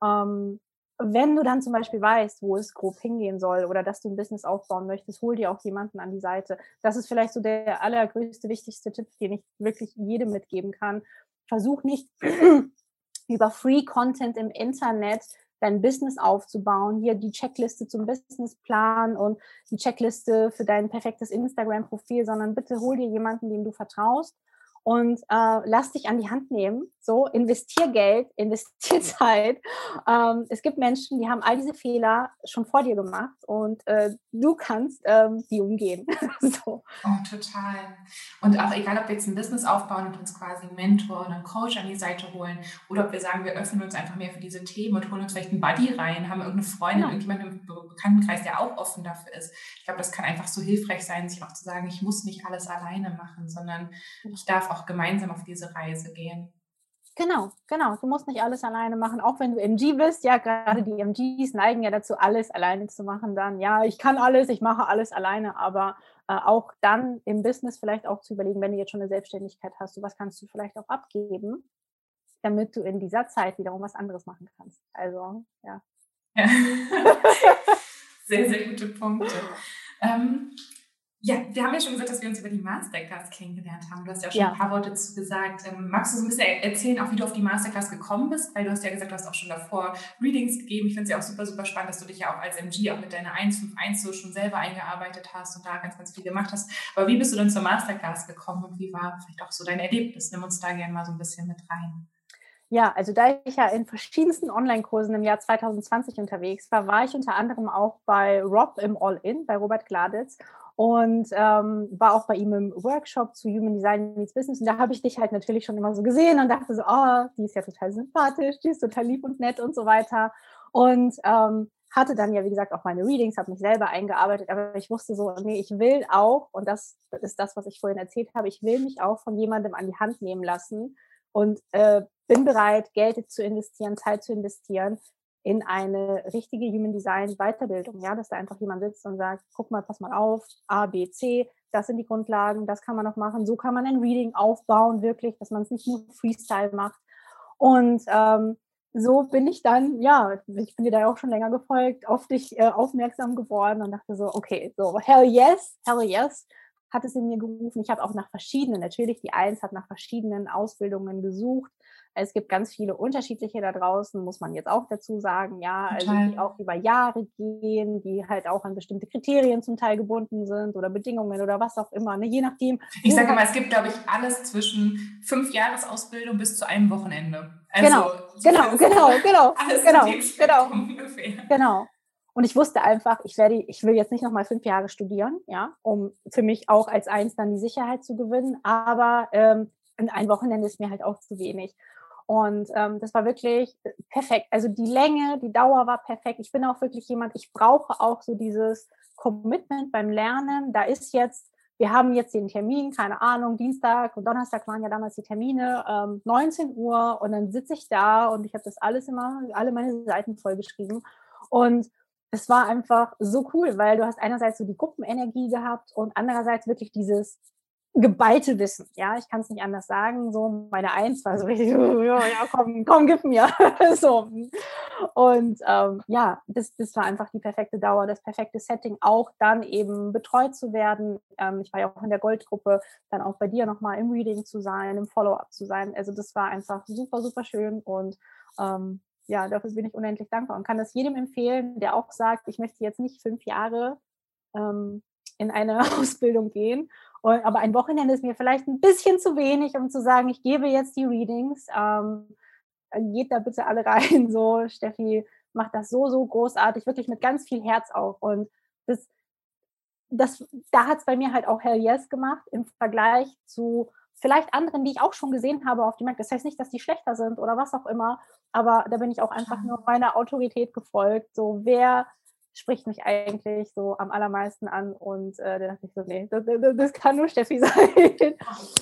wenn du dann zum Beispiel weißt, wo es grob hingehen soll oder dass du ein Business aufbauen möchtest, hol dir auch jemanden an die Seite. Das ist vielleicht so der allergrößte, wichtigste Tipp, den ich wirklich jedem mitgeben kann. Versuch nicht über Free Content im Internet dein Business aufzubauen, hier die Checkliste zum Businessplan und die Checkliste für dein perfektes Instagram-Profil, sondern bitte hol dir jemanden, dem du vertraust und lass dich an die Hand nehmen. So, investier Geld, investier Zeit. Es gibt Menschen, die haben all diese Fehler schon vor dir gemacht und du kannst die umgehen. So. Oh, total. Und auch egal, ob wir jetzt ein Business aufbauen und uns quasi einen Mentor oder einen Coach an die Seite holen oder ob wir sagen, wir öffnen uns einfach mehr für diese Themen und holen uns vielleicht einen Buddy rein, haben irgendeine Freundin, irgendjemanden im Bekanntenkreis, der auch offen dafür ist. Ich glaube, das kann einfach so hilfreich sein, sich auch zu sagen, ich muss nicht alles alleine machen, sondern ich darf auch gemeinsam auf diese Reise gehen. Genau. Du musst nicht alles alleine machen, auch wenn du MG bist. Ja, gerade die MGs neigen ja dazu, alles alleine zu machen. Dann, ja, ich kann alles, ich mache alles alleine, aber auch dann im Business vielleicht auch zu überlegen, wenn du jetzt schon eine Selbstständigkeit hast, was kannst du vielleicht auch abgeben, damit du in dieser Zeit wiederum was anderes machen kannst. Also, ja. Sehr, sehr gute Punkte. Ja, wir haben ja schon gesagt, dass wir uns über die Masterclass kennengelernt haben. Du hast ja auch schon ein paar Worte dazu gesagt. Magst du so ein bisschen erzählen, auch wie du auf die Masterclass gekommen bist? Weil du hast ja gesagt, du hast auch schon davor Readings gegeben. Ich finde es ja auch super, super spannend, dass du dich ja auch als MG auch mit deiner 151 so schon selber eingearbeitet hast und da ganz, ganz viel gemacht hast. Aber wie bist du denn zur Masterclass gekommen und wie war vielleicht auch so dein Erlebnis? Nimm uns da gerne mal so ein bisschen mit rein. Ja, also da ich ja in verschiedensten Online-Kursen im Jahr 2020 unterwegs war ich unter anderem auch bei Rob im All-In, bei Robert Gladitz und war auch bei ihm im Workshop zu Human Design Meets Business und da habe ich dich halt natürlich schon immer so gesehen und dachte so, oh, die ist ja total sympathisch, die ist total lieb und nett und so weiter und hatte dann ja, wie gesagt, auch meine Readings, habe mich selber eingearbeitet, aber ich wusste so, nee, ich will auch, und das ist das, was ich vorhin erzählt habe, ich will mich auch von jemandem an die Hand nehmen lassen und bin bereit, Geld zu investieren, Zeit zu investieren, in eine richtige Human Design Weiterbildung, ja, dass da einfach jemand sitzt und sagt, guck mal, pass mal auf, A, B, C, das sind die Grundlagen, das kann man noch machen, so kann man ein Reading aufbauen, wirklich, dass man es nicht nur Freestyle macht. Und so bin ich dann, ja, ich bin dir da auch schon länger gefolgt, auf dich aufmerksam geworden und dachte so, okay, so hell yes, hat es in mir gerufen. Ich habe auch nach verschiedenen, natürlich die Eins hat nach verschiedenen Ausbildungen gesucht. Es gibt ganz viele unterschiedliche da draußen, muss man jetzt auch dazu sagen, ja, also die auch über Jahre gehen, die halt auch an bestimmte Kriterien zum Teil gebunden sind oder Bedingungen oder was auch immer, ne? Je nachdem. Ich sage mal, es gibt, glaube ich, alles zwischen 5 Jahresausbildung bis zu einem Wochenende. Also genau. Alles in dem Spektrum ungefähr. Genau. Und ich wusste einfach, ich will jetzt nicht nochmal 5 Jahre studieren, ja, um für mich auch als Eins dann die Sicherheit zu gewinnen, aber ein Wochenende ist mir halt auch zu wenig. Und das war wirklich perfekt. Also die Länge, die Dauer war perfekt. Ich bin auch wirklich jemand, ich brauche auch so dieses Commitment beim Lernen. Wir haben jetzt den Termin, keine Ahnung, Dienstag und Donnerstag waren ja damals die Termine, 19 Uhr und dann sitze ich da und ich habe das alle meine Seiten vollgeschrieben und es war einfach so cool, weil du hast einerseits so die Gruppenenergie gehabt und andererseits wirklich dieses geballte Wissen, ja, ich kann es nicht anders sagen, so meine Eins war so richtig, ja, komm, gib mir, so. Und ja, das war einfach die perfekte Dauer, das perfekte Setting, auch dann eben betreut zu werden. Ich war ja auch in der Goldgruppe, dann auch bei dir nochmal im Reading zu sein, im Follow-up zu sein, also das war einfach super, super schön und ja, dafür bin ich unendlich dankbar und kann das jedem empfehlen, der auch sagt, ich möchte jetzt nicht 5 Jahre in eine Ausbildung gehen. Aber ein Wochenende ist mir vielleicht ein bisschen zu wenig, um zu sagen, ich gebe jetzt die Readings. Geht da bitte alle rein. So, Steffi macht das so, so großartig, wirklich mit ganz viel Herz auch. Und da hat es bei mir halt auch hell yes gemacht im Vergleich zu vielleicht anderen, die ich auch schon gesehen habe auf dem Markt. Das heißt nicht, dass die schlechter sind oder was auch immer, aber da bin ich auch einfach nur meiner Autorität gefolgt. So, wer spricht mich eigentlich so am allermeisten an und da dachte ich so, nee, das kann nur Steffi sein.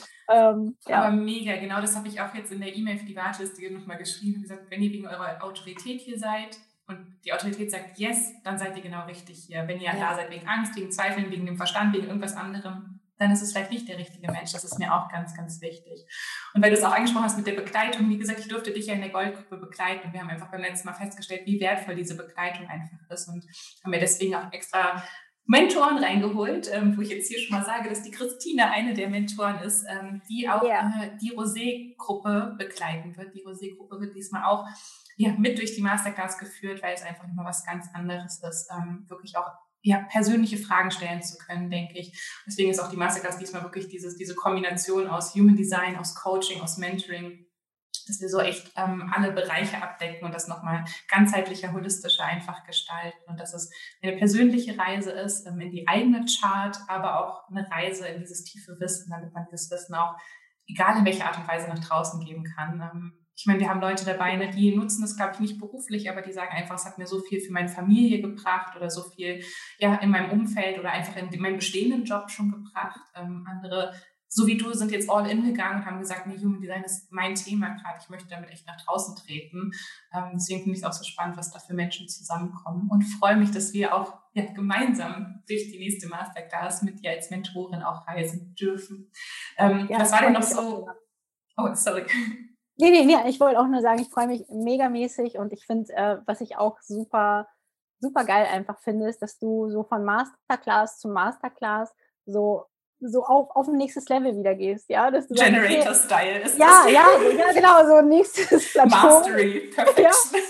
Ja. Aber mega, genau das habe ich auch jetzt in der E-Mail für die Warteliste nochmal geschrieben und gesagt, wenn ihr wegen eurer Autorität hier seid und die Autorität sagt yes, dann seid ihr genau richtig hier. Wenn ihr da seid wegen Angst, wegen Zweifeln, wegen dem Verstand, wegen irgendwas anderem, dann ist es vielleicht nicht der richtige Mensch. Das ist mir auch ganz, ganz wichtig. Und weil du es auch angesprochen hast mit der Begleitung, wie gesagt, ich durfte dich ja in der Goldgruppe begleiten und wir haben einfach beim letzten Mal festgestellt, wie wertvoll diese Begleitung einfach ist und haben mir deswegen auch extra Mentoren reingeholt, wo ich jetzt hier schon mal sage, dass die Christine eine der Mentoren ist, die auch die Rosé-Gruppe begleiten wird. Die Rosé-Gruppe wird diesmal auch mit durch die Masterclass geführt, weil es einfach nochmal was ganz anderes ist, wirklich auch persönliche Fragen stellen zu können, denke ich. Deswegen ist auch die Masterclass diesmal wirklich diese Kombination aus Human Design, aus Coaching, aus Mentoring, dass wir so echt alle Bereiche abdecken und das nochmal ganzheitlicher, holistischer einfach gestalten und dass es eine persönliche Reise ist in die eigene Chart, aber auch eine Reise in dieses tiefe Wissen, damit man dieses Wissen auch, egal in welcher Art und Weise, nach draußen geben kann. Ich meine, wir haben Leute dabei, die nutzen das, glaube ich, nicht beruflich, aber die sagen einfach, es hat mir so viel für meine Familie gebracht oder so viel in meinem Umfeld oder einfach in meinem bestehenden Job schon gebracht. Andere, so wie du, sind jetzt all in gegangen und haben gesagt, nee, Human Design ist mein Thema gerade, ich möchte damit echt nach draußen treten. Deswegen finde ich es auch so spannend, was da für Menschen zusammenkommen und freue mich, dass wir auch gemeinsam durch die nächste Masterclass mit dir als Mentorin auch reisen dürfen. Was war denn noch so? Oh, sorry. Nee, ich wollte auch nur sagen, ich freue mich megamäßig und ich finde, was ich auch super, super geil einfach finde, ist, dass du so von Masterclass zu Masterclass so auf ein nächstes Level wieder gehst, ja? Dass du Generator-Style ist das. Ja, genau, so ein nächstes Plateau. Mastery, Perfection.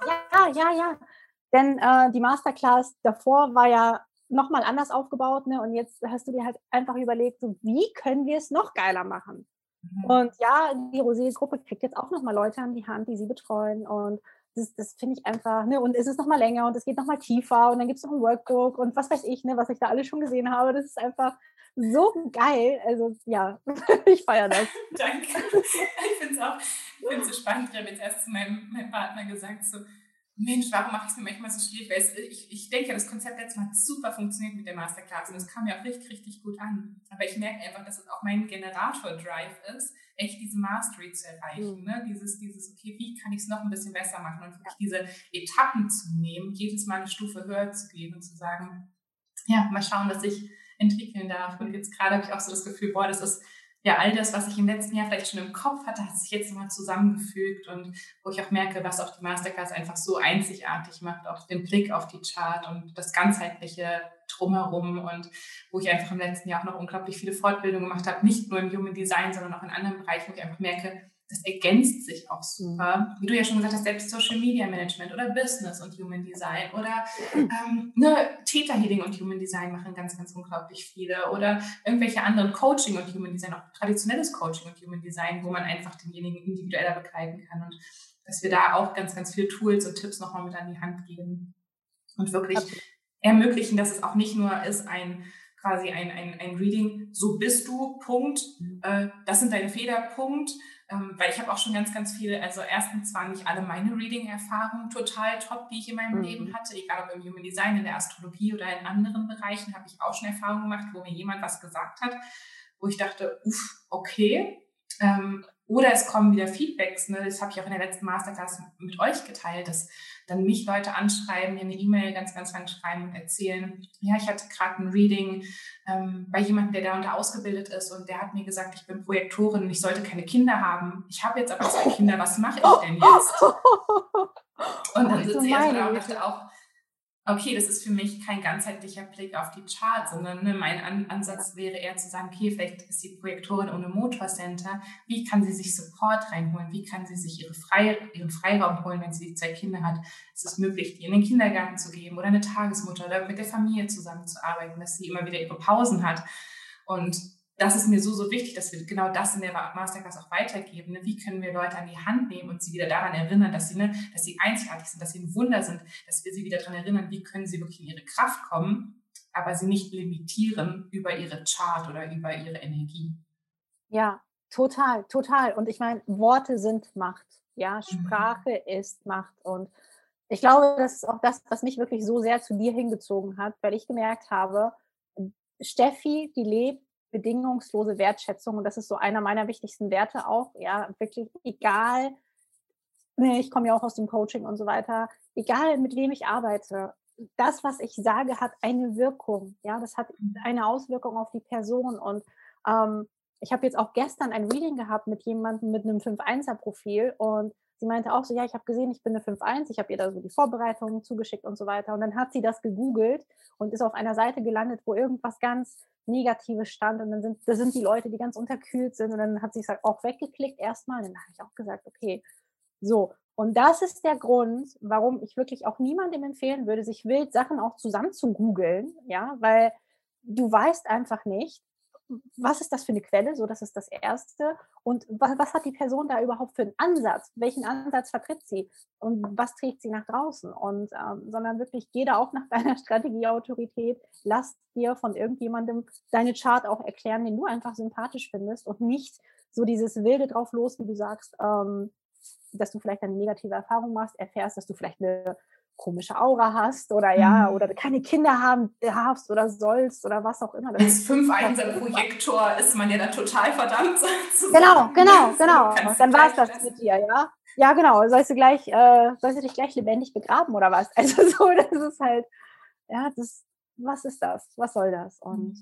Ja. Denn die Masterclass davor war ja nochmal anders aufgebaut, ne? Und jetzt hast du dir halt einfach überlegt, so, wie können wir es noch geiler machen? Und ja, die Rosé-Gruppe kriegt jetzt auch nochmal Leute an die Hand, die sie betreuen und das finde ich einfach, ne, und es ist nochmal länger und es geht nochmal tiefer und dann gibt es noch ein Workbook und was weiß ich, ne, was ich da alles schon gesehen habe, das ist einfach so geil, also ja, ich feiere das. Danke, ich finde es so spannend, ich habe jetzt erst zu meinem Partner gesagt, so, Mensch, warum mache ich es mir manchmal so schwierig? Weil ich denke ja, das Konzept letztes Mal hat super funktioniert mit der Masterclass und es kam mir auch richtig, richtig gut an. Aber ich merke einfach, dass es auch mein Generator-Drive ist, echt diese Mastery zu erreichen. Ne? Dieses, okay, wie kann ich es noch ein bisschen besser machen und wirklich diese Etappen zu nehmen, jedes Mal eine Stufe höher zu gehen und zu sagen, ja, mal schauen, was ich entwickeln darf. Und jetzt gerade habe ich auch so das Gefühl, boah, das ist ja all das, was ich im letzten Jahr vielleicht schon im Kopf hatte, hat sich jetzt nochmal zusammengefügt und wo ich auch merke, was auch die Masterclass einfach so einzigartig macht, auch den Blick auf die Chart und das ganzheitliche Drumherum und wo ich einfach im letzten Jahr auch noch unglaublich viele Fortbildungen gemacht habe, nicht nur im Human Design, sondern auch in anderen Bereichen, wo ich einfach merke, das ergänzt sich auch super. Wie du ja schon gesagt hast, selbst Social Media Management oder Business und Human Design oder Theta Healing und Human Design machen ganz, ganz unglaublich viele oder irgendwelche anderen Coaching und Human Design, auch traditionelles Coaching und Human Design, wo man einfach denjenigen individueller begleiten kann und dass wir da auch ganz, ganz viele Tools und Tipps nochmal mit an die Hand geben und wirklich ermöglichen, dass es auch nicht nur ist quasi ein Reading, so bist du, Punkt, das sind deine Fehler, Punkt, weil ich habe auch schon ganz, ganz viele, also erstens waren nicht alle meine Reading-Erfahrungen total top, die ich in meinem Leben hatte, egal ob im Human Design, in der Astrologie oder in anderen Bereichen, habe ich auch schon Erfahrungen gemacht, wo mir jemand was gesagt hat, wo ich dachte, okay, oder es kommen wieder Feedbacks, ne? Das habe ich auch in der letzten Masterclass mit euch geteilt, dass dann mich Leute anschreiben, mir eine E-Mail ganz, ganz lang schreiben und erzählen, ja, ich hatte gerade ein Reading bei jemandem, der da und da ausgebildet ist und der hat mir gesagt, ich bin Projektorin und ich sollte keine Kinder haben. Ich habe jetzt aber 2 Kinder, was mache ich denn jetzt? Und dann sitze ich erstmal da und dachte auch, okay, das ist für mich kein ganzheitlicher Blick auf die Chart, sondern mein Ansatz wäre eher zu sagen, okay, vielleicht ist die Projektorin ohne Motorcenter, wie kann sie sich Support reinholen, wie kann sie sich ihren Freiraum holen, wenn sie die 2 Kinder hat. Es ist möglich, die in den Kindergarten zu geben oder eine Tagesmutter oder mit der Familie zusammenzuarbeiten, dass sie immer wieder ihre Pausen hat. Und das ist mir so, so wichtig, dass wir genau das in der Masterclass auch weitergeben. Ne? Wie können wir Leute an die Hand nehmen und sie wieder daran erinnern, dass sie einzigartig sind, dass sie ein Wunder sind, dass wir sie wieder daran erinnern, wie können sie wirklich in ihre Kraft kommen, aber sie nicht limitieren über ihre Chart oder über ihre Energie. Ja, total, total. Und ich meine, Worte sind Macht. Ja, Sprache ist Macht. Und ich glaube, das ist auch das, was mich wirklich so sehr zu dir hingezogen hat, weil ich gemerkt habe, Steffi, die lebt bedingungslose Wertschätzung und das ist so einer meiner wichtigsten Werte auch, ja, wirklich egal, ich komme ja auch aus dem Coaching und so weiter, egal mit wem ich arbeite, das, was ich sage, hat eine Wirkung, ja, das hat eine Auswirkung auf die Person und ich habe jetzt auch gestern ein Reading gehabt mit jemandem mit einem 5-1er-Profil und sie meinte auch so, ja, ich habe gesehen, ich bin eine 5-1, ich habe ihr da so die Vorbereitungen zugeschickt und so weiter und dann hat sie das gegoogelt und ist auf einer Seite gelandet, wo irgendwas ganz Negatives stand und dann sind die Leute, die ganz unterkühlt sind und dann hat sie es halt auch weggeklickt erstmal und dann habe ich auch gesagt, okay, so. Und das ist der Grund, warum ich wirklich auch niemandem empfehlen würde, sich wild Sachen auch zusammen zu googeln, ja, weil du weißt einfach nicht, was ist das für eine Quelle, so das ist das Erste. Und was hat die Person da überhaupt für einen Ansatz? Welchen Ansatz vertritt sie? Und was trägt sie nach draußen? Und sondern wirklich, geh da auch nach deiner Strategieautorität, lass dir von irgendjemandem deine Chart auch erklären, den du einfach sympathisch findest und nicht so dieses Wilde drauf los, wie du sagst, dass du vielleicht eine negative Erfahrung machst, erfährst, dass du vielleicht eine komische Aura hast oder ja, oder keine Kinder haben darfst oder sollst oder was auch immer. Als 5-1er-Projektor ist man ja dann total verdammt zu sagen. Genau. Dann war es das mit dir, ja? Ja, genau. Sollst du dich gleich lebendig begraben oder was? Also so, das ist halt, ja, was ist das? Was soll das? Und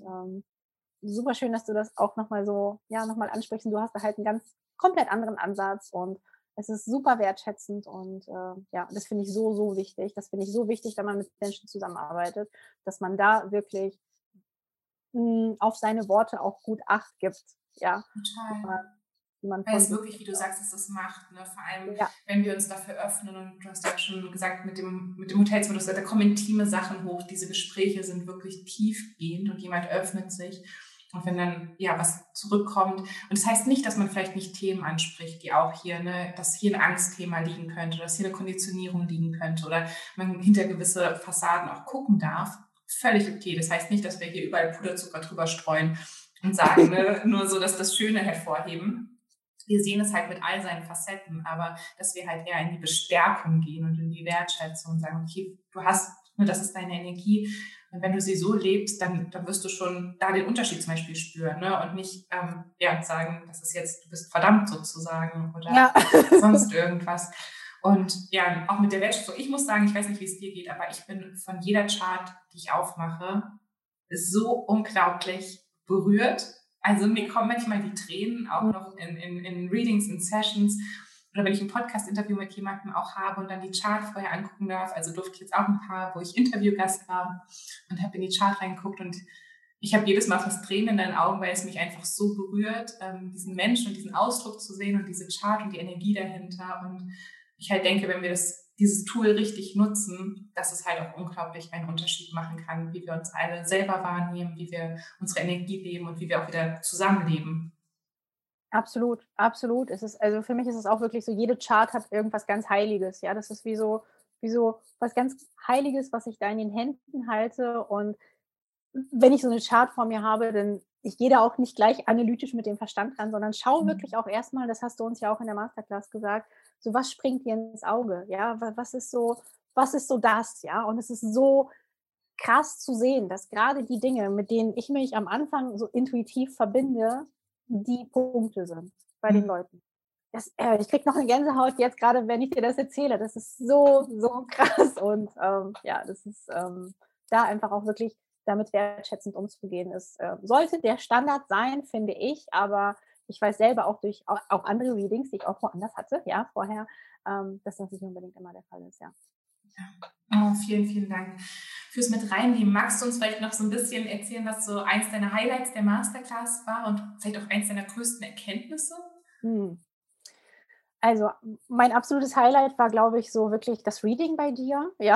super schön, dass du das auch nochmal so, ja, nochmal ansprichst. Und du hast da halt einen ganz komplett anderen Ansatz und es ist super wertschätzend und ja, das finde ich so, so wichtig. Das finde ich so wichtig, wenn man mit Menschen zusammenarbeitet, dass man da wirklich auf seine Worte auch gut Acht gibt. Ja. Total. Weil es wirklich, wie du sagst, dass das macht. Ne? Vor allem, wenn wir uns dafür öffnen und du hast ja schon gesagt, mit dem Hotelzimmer, da kommen intime Sachen hoch. Diese Gespräche sind wirklich tiefgehend und jemand öffnet sich. Und wenn dann was zurückkommt, und das heißt nicht, dass man vielleicht nicht Themen anspricht, die auch hier, dass hier ein Angstthema liegen könnte, dass hier eine Konditionierung liegen könnte oder man hinter gewisse Fassaden auch gucken darf, völlig okay. Das heißt nicht, dass wir hier überall Puderzucker drüber streuen und sagen, nur so, dass das Schöne hervorheben. wir sehen es halt mit all seinen Facetten, aber dass wir halt eher in die Bestärkung gehen und in die Wertschätzung und sagen, okay, du hast, das ist deine Energie und wenn du sie so lebst, dann wirst du schon da den Unterschied zum Beispiel spüren, ne? Und nicht sagen, das ist jetzt, du bist verdammt sozusagen oder sonst irgendwas. Und ja, auch mit der Wertschätzung, ich muss sagen, ich weiß nicht, wie es dir geht, aber ich bin von jeder Chart, die ich aufmache, so unglaublich berührt. Also mir kommen manchmal die Tränen auch noch in Readings, in Sessions oder wenn ich ein Podcast-Interview mit jemandem auch habe und dann die Chart vorher angucken darf. Also durfte ich jetzt auch ein paar, wo ich Interviewgast war und habe in die Chart reingeguckt und ich habe jedes Mal fast Tränen in den Augen, weil es mich einfach so berührt, diesen Menschen und diesen Ausdruck zu sehen und diese Chart und die Energie dahinter. Und ich halt denke, wenn wir dieses Tool richtig nutzen, dass es halt auch unglaublich einen Unterschied machen kann, wie wir uns alle selber wahrnehmen, wie wir unsere Energie leben und wie wir auch wieder zusammenleben. Absolut, absolut. Also für mich ist es auch wirklich so, jede Chart hat irgendwas ganz Heiliges. Ja, das ist wie so was ganz Heiliges, was ich da in den Händen halte. Und wenn ich so eine Chart vor mir habe, dann ich gehe da auch nicht gleich analytisch mit dem Verstand ran, sondern schaue wirklich auch erstmal, das hast du uns ja auch in der Masterclass gesagt, so was springt dir ins Auge, ja, was ist so das, ja, und es ist so krass zu sehen, dass gerade die Dinge, mit denen ich mich am Anfang so intuitiv verbinde, die Punkte sind bei den Leuten. Ich kriege noch eine Gänsehaut jetzt gerade, wenn ich dir das erzähle. Das ist so, so krass und das ist da einfach auch wirklich damit wertschätzend umzugehen ist. Sollte der Standard sein, finde ich, aber ich weiß selber auch durch auch andere Readings, die ich auch woanders hatte, ja, vorher, dass das nicht unbedingt immer der Fall ist, ja. Oh, vielen, vielen Dank fürs mit reinnehmen. Magst du uns vielleicht noch so ein bisschen erzählen, was so eins deiner Highlights der Masterclass war und vielleicht auch eins deiner größten Erkenntnisse? Also, mein absolutes Highlight war, glaube ich, so wirklich das Reading bei dir, ja.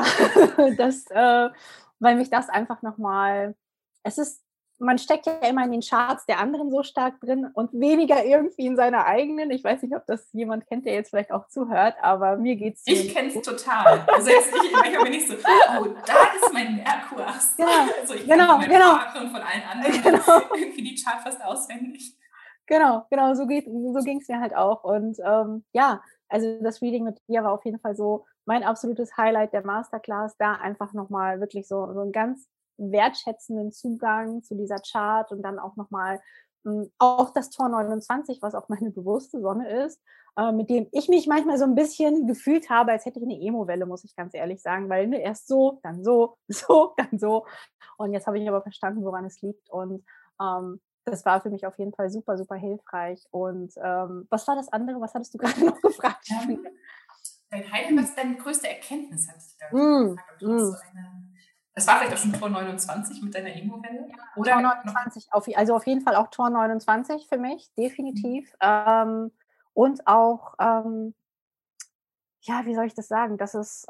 Weil mich das einfach nochmal, man steckt ja immer in den Charts der anderen so stark drin und weniger irgendwie in seiner eigenen. Ich weiß nicht, ob das jemand kennt, der jetzt vielleicht auch zuhört, aber mir geht's so. Ich kenne es total. Also manchmal bin ich so, oh, da ist mein Merkur. Ja, also ich kenne von meinem Partner und von allen anderen irgendwie die Chart fast auswendig. Genau, so ging es mir halt auch. Und also das Reading mit dir war auf jeden Fall so mein absolutes Highlight der Masterclass, da einfach nochmal wirklich so einen ganz wertschätzenden Zugang zu dieser Chart und dann auch nochmal auch das Tor 29, was auch meine bewusste Sonne ist, mit dem ich mich manchmal so ein bisschen gefühlt habe, als hätte ich eine Emo-Welle, muss ich ganz ehrlich sagen, weil erst so, dann so, dann so. Und jetzt habe ich aber verstanden, woran es liegt. Und das war für mich auf jeden Fall super, super hilfreich. Und was war das andere? Was hattest du gerade noch gefragt? Dein Highlight, was deine größte Erkenntnis hat sich da gefragt? Das war vielleicht auch schon Tor 29 mit deiner Emo-Welle? Oder Tor 29, also auf jeden Fall auch Tor 29 für mich, definitiv. Und auch, wie soll ich das sagen? Das ist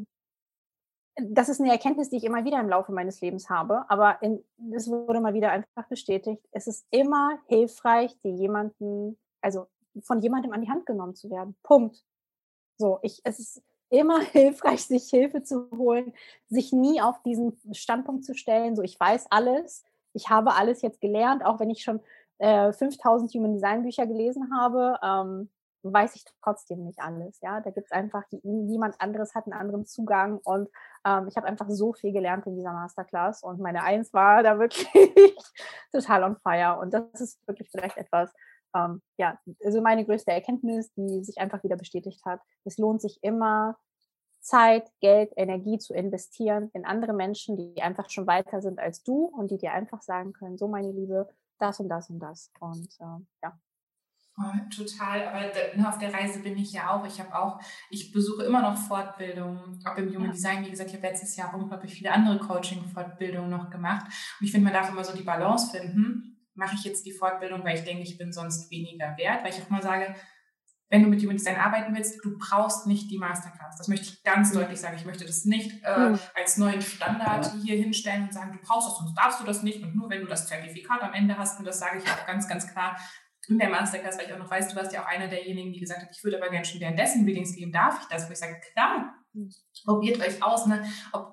eine Erkenntnis, die ich immer wieder im Laufe meines Lebens habe, aber es wurde mal wieder einfach bestätigt. Es ist immer hilfreich, von jemandem an die Hand genommen zu werden. Punkt. So, es ist immer hilfreich, sich Hilfe zu holen, sich nie auf diesen Standpunkt zu stellen, so ich weiß alles, ich habe alles jetzt gelernt, auch wenn ich schon 5000 Human Design Bücher gelesen habe, weiß ich trotzdem nicht alles. Ja, da gibt es einfach, niemand anderes hat einen anderen Zugang und ich habe einfach so viel gelernt in dieser Masterclass und meine Eins war da wirklich total on fire und das ist wirklich vielleicht etwas, also meine größte Erkenntnis, die sich einfach wieder bestätigt hat. Es lohnt sich immer, Zeit, Geld, Energie zu investieren in andere Menschen, die einfach schon weiter sind als du und die dir einfach sagen können, so meine Liebe, das und das und das. Und Oh, total, aber auf der Reise bin ich ja auch. Ich besuche immer noch Fortbildungen, auch im Human Design. Wie gesagt, ich habe letztes Jahr unglaublich viele andere Coaching-Fortbildungen noch gemacht. Und ich finde, man darf immer so die Balance finden. Mache ich jetzt die Fortbildung, weil ich denke, ich bin sonst weniger wert? Weil ich auch mal sage, wenn du mit Human Design arbeiten willst, du brauchst nicht die Masterclass. Das möchte ich ganz deutlich sagen. Ich möchte das nicht als neuen Standard hier hinstellen und sagen, du brauchst das, sonst darfst du das nicht. Und nur wenn du das Zertifikat am Ende hast, und das sage ich auch ganz, ganz klar, in der Masterclass, weil ich auch noch weiß, du warst ja auch einer derjenigen, die gesagt hat, ich würde aber gerne schon währenddessen Readings geben, darf ich das? Wo ich sage, klar, probiert euch aus, ne? Ob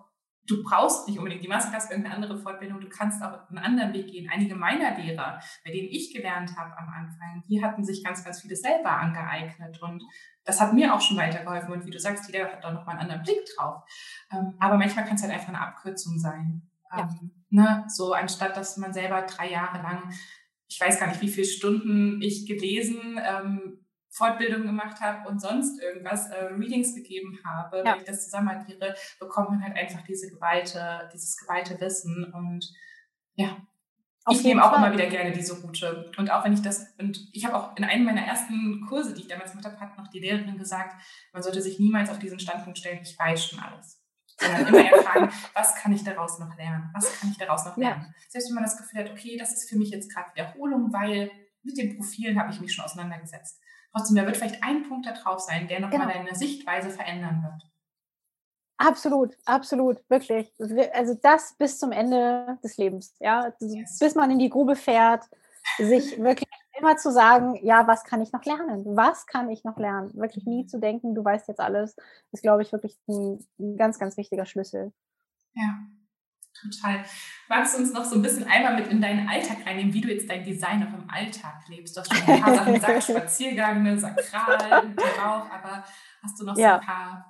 du brauchst nicht unbedingt die Masterclass für irgendeine andere Fortbildung, du kannst auch einen anderen Weg gehen. Einige meiner Lehrer, bei denen ich gelernt habe am Anfang, die hatten sich ganz, ganz vieles selber angeeignet und das hat mir auch schon weitergeholfen und wie du sagst, jeder hat da nochmal einen anderen Blick drauf. Aber manchmal kann es halt einfach eine Abkürzung sein. Ja. Ne? So anstatt, dass man selber 3 Jahre lang, ich weiß gar nicht, wie viele Stunden ich gelesen, Fortbildungen gemacht habe und sonst irgendwas, Readings gegeben habe, wenn ich das zusammenaddiere, bekommt man halt einfach dieses geballte Wissen und ja, ich nehme auch immer wieder gerne diese Route. Und auch wenn ich habe auch in einem meiner ersten Kurse, die ich damals gemacht habe, hat noch die Lehrerin gesagt, man sollte sich niemals auf diesen Standpunkt stellen, ich weiß schon alles. Sondern immer eher fragen, was kann ich daraus noch lernen? Was kann ich daraus noch lernen? Selbst wenn man das Gefühl hat, okay, das ist für mich jetzt gerade Wiederholung, weil mit den Profilen habe ich mich schon auseinandergesetzt. Trotzdem, da wird vielleicht ein Punkt da drauf sein, der nochmal deine Sichtweise verändern wird. Absolut, absolut, wirklich. Also das bis zum Ende des Lebens, ja, bis man in die Grube fährt, sich wirklich immer zu sagen, ja, was kann ich noch lernen? Was kann ich noch lernen? Wirklich nie zu denken, du weißt jetzt alles, ist, glaube ich, wirklich ein ganz, ganz wichtiger Schlüssel. Ja, total. Magst du uns noch so ein bisschen einmal mit in deinen Alltag reinnehmen, wie du jetzt dein Design auch im Alltag lebst? Du hast schon ein paar Sachen gesagt, Spaziergang, ne, Sakral, der Rauch, aber hast du noch so ein paar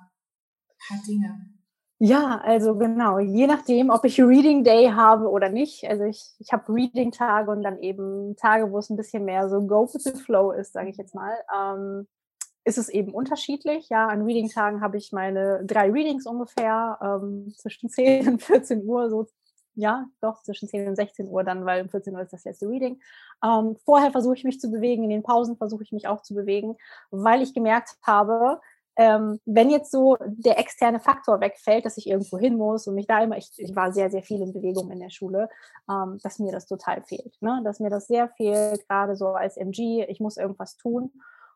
Dinge? Ja, also genau, je nachdem, ob ich Reading Day habe oder nicht. Also ich habe Reading-Tage und dann eben Tage, wo es ein bisschen mehr so go with the flow ist, sage ich jetzt mal. Ist es eben unterschiedlich. Ja, an Reading-Tagen habe ich meine 3 Readings ungefähr, zwischen 10 und 14 Uhr, so, ja, doch, zwischen 10 und 16 Uhr dann, weil um 14 Uhr ist das letzte Reading. Vorher versuche ich mich zu bewegen, in den Pausen versuche ich mich auch zu bewegen, weil ich gemerkt habe, wenn jetzt so der externe Faktor wegfällt, dass ich irgendwo hin muss und mich da immer, ich war sehr, sehr viel in Bewegung in der Schule, dass mir das total fehlt. Ne? Dass mir das sehr fehlt, gerade so als MG, ich muss irgendwas tun.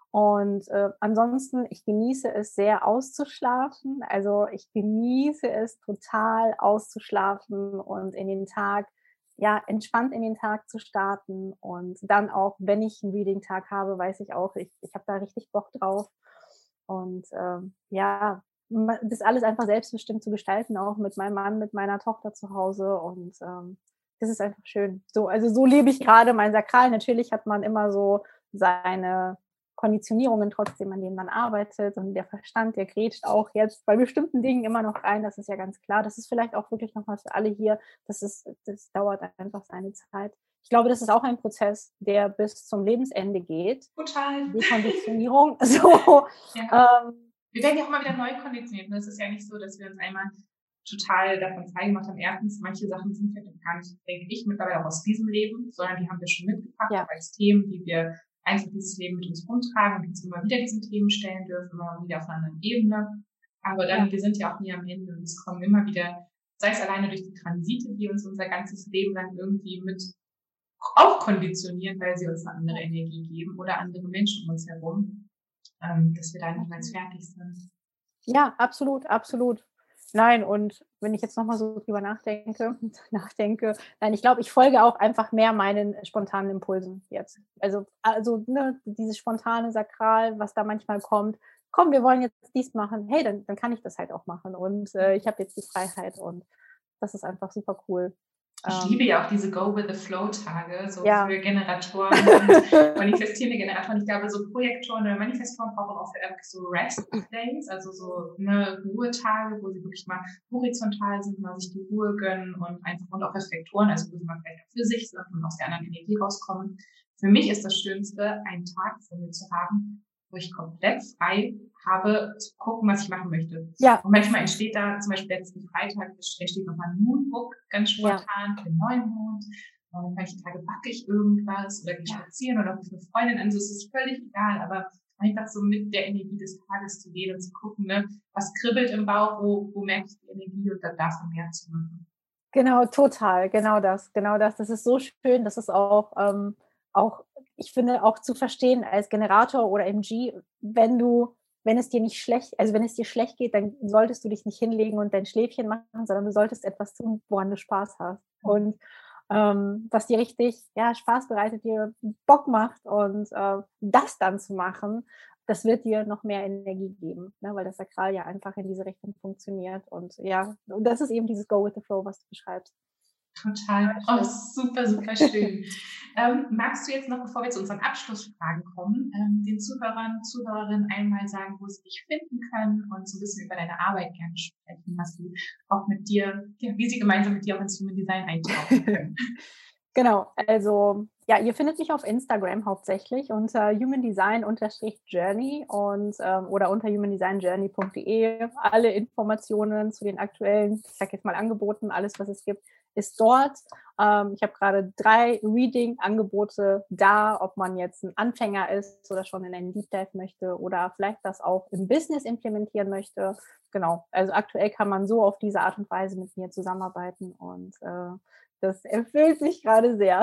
Und ansonsten, ich genieße es sehr auszuschlafen. Also ich genieße es total auszuschlafen und in den Tag, ja, entspannt in den Tag zu starten. Und dann auch, wenn ich einen Reading-Tag habe, weiß ich auch, ich habe da richtig Bock drauf. Und ja, das alles einfach selbstbestimmt zu gestalten, auch mit meinem Mann, mit meiner Tochter zu Hause. Und das ist einfach schön. So, also so lebe ich gerade mein Sakral. Natürlich hat man immer so seine Konditionierungen trotzdem, an denen man arbeitet. Und der Verstand, der grätscht auch jetzt bei bestimmten Dingen immer noch rein. Das ist ja ganz klar. Das ist vielleicht auch wirklich nochmal für alle hier. Das dauert einfach seine Zeit. Ich glaube, das ist auch ein Prozess, der bis zum Lebensende geht. Total. Die Konditionierung. So, ja. Wir werden ja auch immer wieder neu konditioniert. Es ist ja nicht so, dass wir uns einmal total davon frei gemacht haben. Erstens, manche Sachen sind vielleicht gar nicht, denke ich, mittlerweile auch aus diesem Leben, sondern die haben wir schon mitgebracht, auch als Themen, die wir einfach dieses Leben mit uns rumtragen und uns immer wieder diesen Themen stellen dürfen, immer wieder auf einer anderen Ebene. Aber dann, wir sind ja auch nie am Ende und es kommen immer wieder, sei es alleine durch die Transite, die uns unser ganzes Leben lang irgendwie mit auch konditionieren, weil sie uns eine andere Energie geben oder andere Menschen um uns herum, dass wir da niemals fertig sind. Ja, absolut, absolut. Nein, und wenn ich jetzt nochmal so drüber nachdenke, nein, ich glaube, ich folge auch einfach mehr meinen spontanen Impulsen jetzt. Also ne, dieses spontane Sakral, was da manchmal kommt, komm, wir wollen jetzt dies machen, hey, dann kann ich das halt auch machen und ich habe jetzt die Freiheit und das ist einfach super cool. Ich liebe ja auch diese Go-with-the-Flow-Tage, so für Generatoren und manifestierende Generatoren. Ich glaube, so Projektoren oder Manifestoren brauchen auch so Rest-Days, also so Ruhetage, wo sie wirklich mal horizontal sind, mal sich die Ruhe gönnen und einfach, und auch Reflektoren, also wo sie mal vielleicht auch für sich sind und aus der anderen Energie rauskommen. Für mich ist das Schönste, einen Tag vor mir zu haben, wo ich komplett frei habe, zu gucken, was ich machen möchte. Ja. Und manchmal entsteht da, zum Beispiel letzten Freitag, entsteht nochmal ein Moonbook, ganz spontan, für den Neumond. Und manche Tage backe ich irgendwas oder gehe spazieren oder rufe eine Freundin an. Also es ist völlig egal, aber einfach so mit der Energie des Tages zu gehen und zu gucken, ne, was kribbelt im Bauch, wo merke ich die Energie und dann davon mehr zu machen. Genau, total, genau das. Das ist so schön, das ist auch, ich finde, auch zu verstehen als Generator oder MG, wenn es dir schlecht geht, dann solltest du dich nicht hinlegen und dein Schläfchen machen, sondern du solltest etwas tun, woran du Spaß hast. Und was dir richtig Spaß bereitet, dir Bock macht und das dann zu machen, das wird dir noch mehr Energie geben, ne, weil das Sakral ja einfach in diese Richtung funktioniert. Und ja, und das ist eben dieses Go with the Flow, was du beschreibst. Total. Oh, super, super schön. Magst du jetzt noch, bevor wir zu unseren Abschlussfragen kommen, den Zuhörern, Zuhörerinnen einmal sagen, wo sie dich finden können und so ein bisschen über deine Arbeit gerne sprechen, was sie auch mit dir, ja, wie sie gemeinsam mit dir auch ins Human Design eintauchen können? Genau, also ja, ihr findet mich auf Instagram hauptsächlich unter humandesign_journey und oder unter humandesignjourney.de. Alle Informationen zu den aktuellen, ich sag jetzt mal Angeboten, alles was es gibt, ist dort. Ich habe gerade 3 Reading-Angebote da, ob man jetzt ein Anfänger ist oder schon in einen Deep Dive möchte oder vielleicht das auch im Business implementieren möchte. Genau, also aktuell kann man so auf diese Art und Weise mit mir zusammenarbeiten und das erfüllt mich gerade sehr.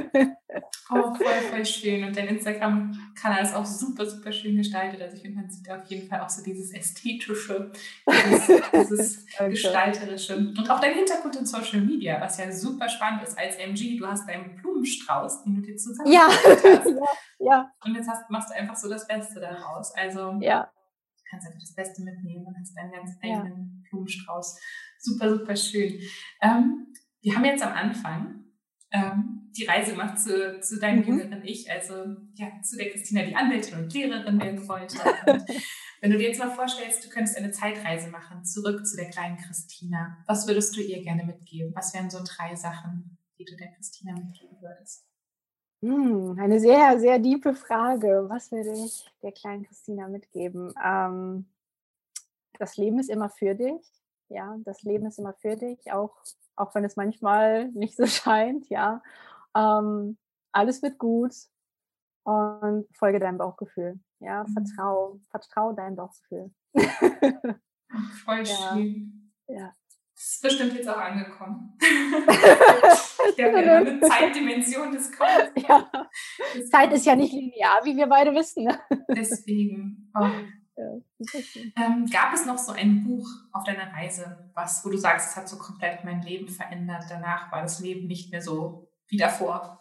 Oh, voll, voll schön. Und dein Instagram-Kanal ist auch super, super schön gestaltet. Also ich finde, man sieht auf jeden Fall auch so dieses Ästhetische, dieses Gestalterische. Und auch dein Hintergrund in Social Media, was ja super spannend ist als MG. Du hast deinen Blumenstrauß, den du dir zusammengestellt hast. Ja. Und jetzt machst du einfach so das Beste daraus. Also ja. Du kannst einfach das Beste mitnehmen und hast deinen ganz eigenen Blumenstrauß. Super, super schön. Wir haben jetzt am Anfang die Reise gemacht zu deinem jüngeren Ich, also ja, zu der Christina, die Anwältin und Lehrerin werden wollte. Und wenn du dir jetzt mal vorstellst, du könntest eine Zeitreise machen, zurück zu der kleinen Christina, was würdest du ihr gerne mitgeben? Was wären so 3 Sachen, die du der Christina mitgeben würdest? Eine sehr, sehr tiefe Frage. Was würde ich der kleinen Christina mitgeben? Das Leben ist immer für dich. Ja, das Leben ist immer für dich, auch wenn es manchmal nicht so scheint. Ja, alles wird gut und folge deinem Bauchgefühl. Ja, vertrau deinem Bauchgefühl. Voll schön. Ja. Das ist bestimmt jetzt auch angekommen. Wir haben ja eine Zeitdimension des Kopfes. Ja. Zeit ist ja nicht linear, wie wir beide wissen. Deswegen. Oh. Gab es noch so ein Buch auf deiner Reise, wo du sagst, es hat so komplett mein Leben verändert? Danach war das Leben nicht mehr so wie davor.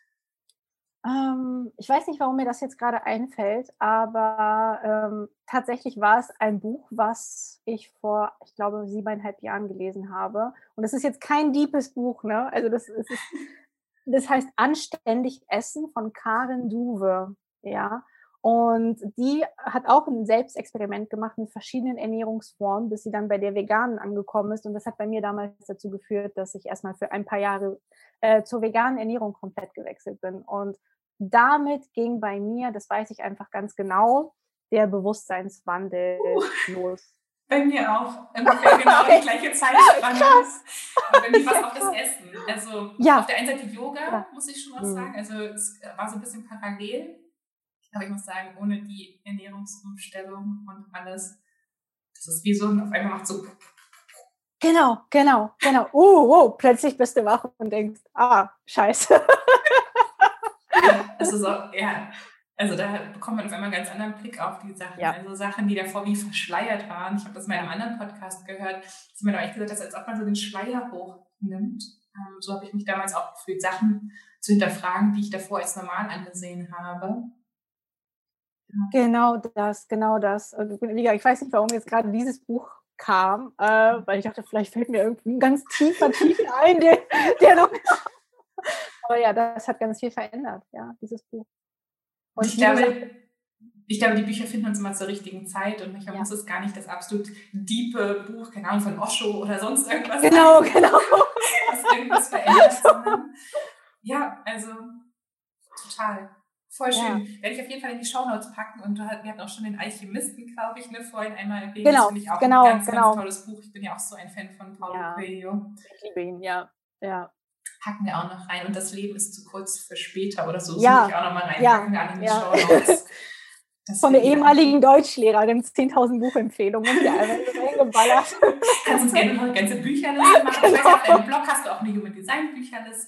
Ich weiß nicht, warum mir das jetzt gerade einfällt, aber tatsächlich war es ein Buch, was ich vor, ich glaube, 7,5 Jahren gelesen habe. Und das ist jetzt kein deepes Buch, ne? Also das heißt Anständig Essen von Karen Duwe, ja. Und die hat auch ein Selbstexperiment gemacht mit verschiedenen Ernährungsformen, bis sie dann bei der Veganen angekommen ist. Und das hat bei mir damals dazu geführt, dass ich erstmal für ein paar Jahre zur veganen Ernährung komplett gewechselt bin. Und damit ging bei mir, das weiß ich einfach ganz genau, der Bewusstseinswandel los. Bei mir auch. Ungefähr genau die gleiche Zeitspanne. Und bei mir war es auch das Essen. Also auf der einen Seite Yoga, muss ich schon mal sagen. Also es war so ein bisschen parallel. Aber ich muss sagen, ohne die Ernährungsumstellung und alles, das ist wie so, auf einmal macht so. Genau. Plötzlich bist du wach und denkst, scheiße. Das ist auch, also da bekommt man auf einmal einen ganz anderen Blick auf die Sachen. Ja. Also Sachen, die davor wie verschleiert waren. Ich habe das mal in einem anderen Podcast gehört, dass mir da echt gesagt hat, als ob man so den Schleier hochnimmt. So habe ich mich damals auch gefühlt, Sachen zu hinterfragen, die ich davor als normal angesehen habe. Genau das. Ich weiß nicht, warum jetzt gerade dieses Buch kam, weil ich dachte, vielleicht fällt mir irgendwie ein ganz tiefer ein, der noch... Aber ja, das hat ganz viel verändert, ja, dieses Buch. Und ich glaube, die Bücher finden uns immer zur richtigen Zeit und manchmal muss es gar nicht das absolut diepe Buch, keine Ahnung, von Osho oder sonst irgendwas sein. Genau. Was irgendwas verändert, sondern also total. Voll schön. Werde ich auf jeden Fall in die Shownotes packen und wir hatten auch schon den Alchemisten, glaube ich, vorhin einmal erwähnt. Das finde ich auch ein ganz tolles Buch. Ich bin ja auch so ein Fan von Paulo Coelho. Ich liebe ihn, ja. Packen wir auch noch rein. Und das Leben ist zu kurz für später oder so. Suche ich auch noch mal rein. Packen wir an in die Shownotes. Von der ehemaligen Deutschlehrerin 10.000 Buchempfehlungen, die einfach reingeballert. Kannst uns gerne noch eine ganze Bücherliste machen. Ich weiß, auf deinem Blog hast du auch eine Human Design Bücherliste.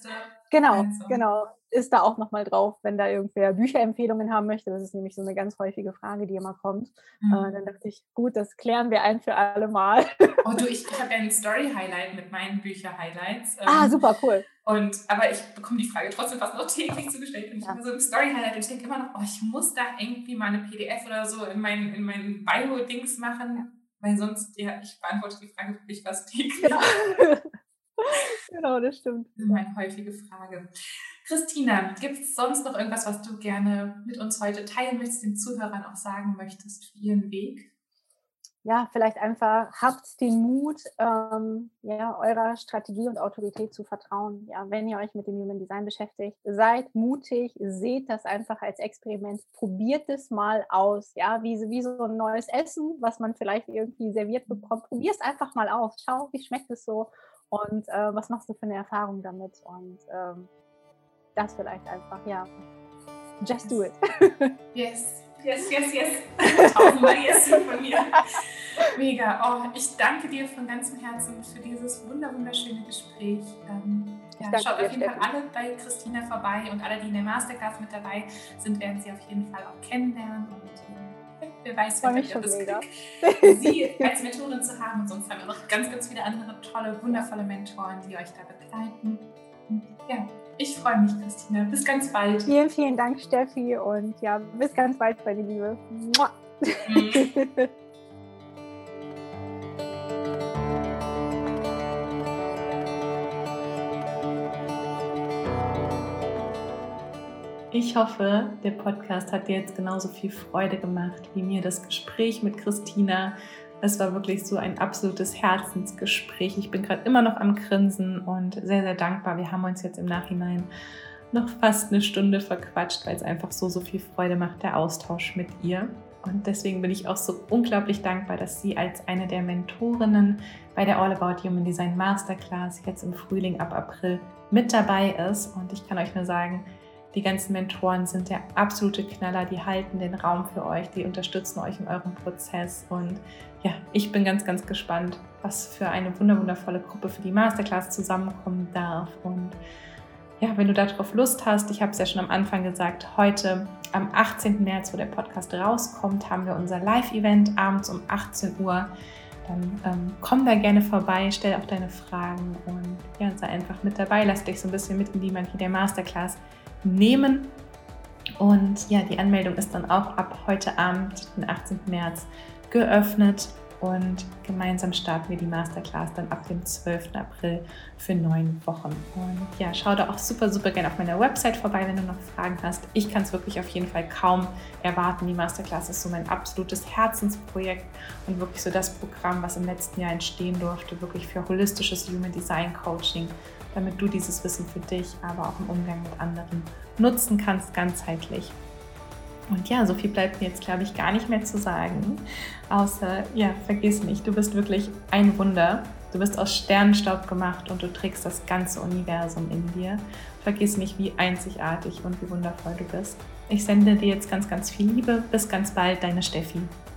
Genau, Also, genau. Ist da auch noch mal drauf, wenn da irgendwer Bücherempfehlungen haben möchte. Das ist nämlich so 'ne ganz häufige Frage, die immer kommt. Dann mhm. dachte ich: „Gut, das klären wir ein für alle Mal." Oh du, ich habe ja ein Story-Highlight mit meinen Bücher-Highlights. Ah, super cool. Aber ich bekomme die Frage trotzdem fast noch täglich zugestellt. Und ich Ja. immer so im Story-Highlight und ich denke immer noch, oh, ich muss da irgendwie mal eine PDF oder so in mein Bio-Dings machen, weil sonst, ja, ich beantworte die Frage wirklich fast Genau. täglich. Genau, das stimmt. Das ist Ja. meine häufige Frage. Christina, gibt es sonst noch irgendwas, was du gerne mit uns heute teilen möchtest, den Zuhörern auch sagen möchtest für ihren Weg? Ja, vielleicht einfach habt den Mut, ja, eurer Strategie und Autorität zu vertrauen. Ja, wenn ihr euch mit dem Human Design beschäftigt, seid mutig, seht das einfach als Experiment, probiert es mal aus. Ja, wie so ein neues Essen, was man vielleicht irgendwie serviert bekommt. Probier es einfach mal aus. Schau, wie schmeckt es so und was machst du für eine Erfahrung damit? Und das vielleicht einfach, ja. Just do it. Yes, yes, yes, yes. Tausendmal yes von mir. Mega. Oh, ich danke dir von ganzem Herzen für dieses wunderschöne Gespräch. Ich danke Schaut dir, auf jeden Fall Steffi. alle bei Christina vorbei und alle, die in der Masterclass mit dabei sind, werden sie auf jeden Fall auch kennenlernen. Und wer weiß, Ich freue mich vielleicht schon das mega. Glück, sie als Mentorin zu haben. Und sonst haben wir noch ganz viele andere tolle, wundervolle Mentoren, die euch da begleiten. Und ja, ich freue mich, Christina. Bis ganz bald. Vielen, vielen Dank, Steffi. Und ja, bis ganz bald, meine Liebe. Mua. Ich hoffe, der Podcast hat dir jetzt genauso viel Freude gemacht wie mir das Gespräch mit Christina. Es war wirklich so ein absolutes Herzensgespräch. Ich bin gerade immer noch am Grinsen und sehr dankbar. Wir haben uns jetzt im Nachhinein noch fast eine Stunde verquatscht, weil es einfach so viel Freude macht, der Austausch mit ihr. Und deswegen bin ich auch so unglaublich dankbar, dass sie als eine der Mentorinnen bei der All About Human Design Masterclass jetzt im Frühling ab April mit dabei ist. Und ich kann euch nur sagen, die ganzen Mentoren sind der absolute Knaller, die halten den Raum für euch, die unterstützen euch in eurem Prozess. Und ja, ich bin ganz gespannt, was für eine wundervolle Gruppe für die Masterclass zusammenkommen darf. Und ja, wenn du darauf Lust hast, ich habe es ja schon am Anfang gesagt, heute am 18. März, wo der Podcast rauskommt, haben wir unser Live-Event abends um 18 Uhr. Dann komm da gerne vorbei, stell auch deine Fragen und ja, sei einfach mit dabei. Lass dich so ein bisschen mit in die Magie der Masterclass nehmen. Und ja, die Anmeldung ist dann auch ab heute Abend, den 18. März, geöffnet. Und gemeinsam starten wir die Masterclass dann ab dem 12. April für 9 Wochen. Und ja, schau da auch super gerne auf meiner Website vorbei, wenn du noch Fragen hast. Ich kann es wirklich auf jeden Fall kaum erwarten. Die Masterclass ist so mein absolutes Herzensprojekt und wirklich so das Programm, was im letzten Jahr entstehen durfte, wirklich für holistisches Human Design Coaching, damit du dieses Wissen für dich, aber auch im Umgang mit anderen nutzen kannst, ganzheitlich. Und ja, so viel bleibt mir jetzt, glaube ich, gar nicht mehr zu sagen, außer, ja, vergiss nicht, du bist wirklich ein Wunder. Du bist aus Sternenstaub gemacht und du trägst das ganze Universum in dir. Vergiss nicht, wie einzigartig und wie wundervoll du bist. Ich sende dir jetzt ganz viel Liebe. Bis ganz bald, deine Steffi.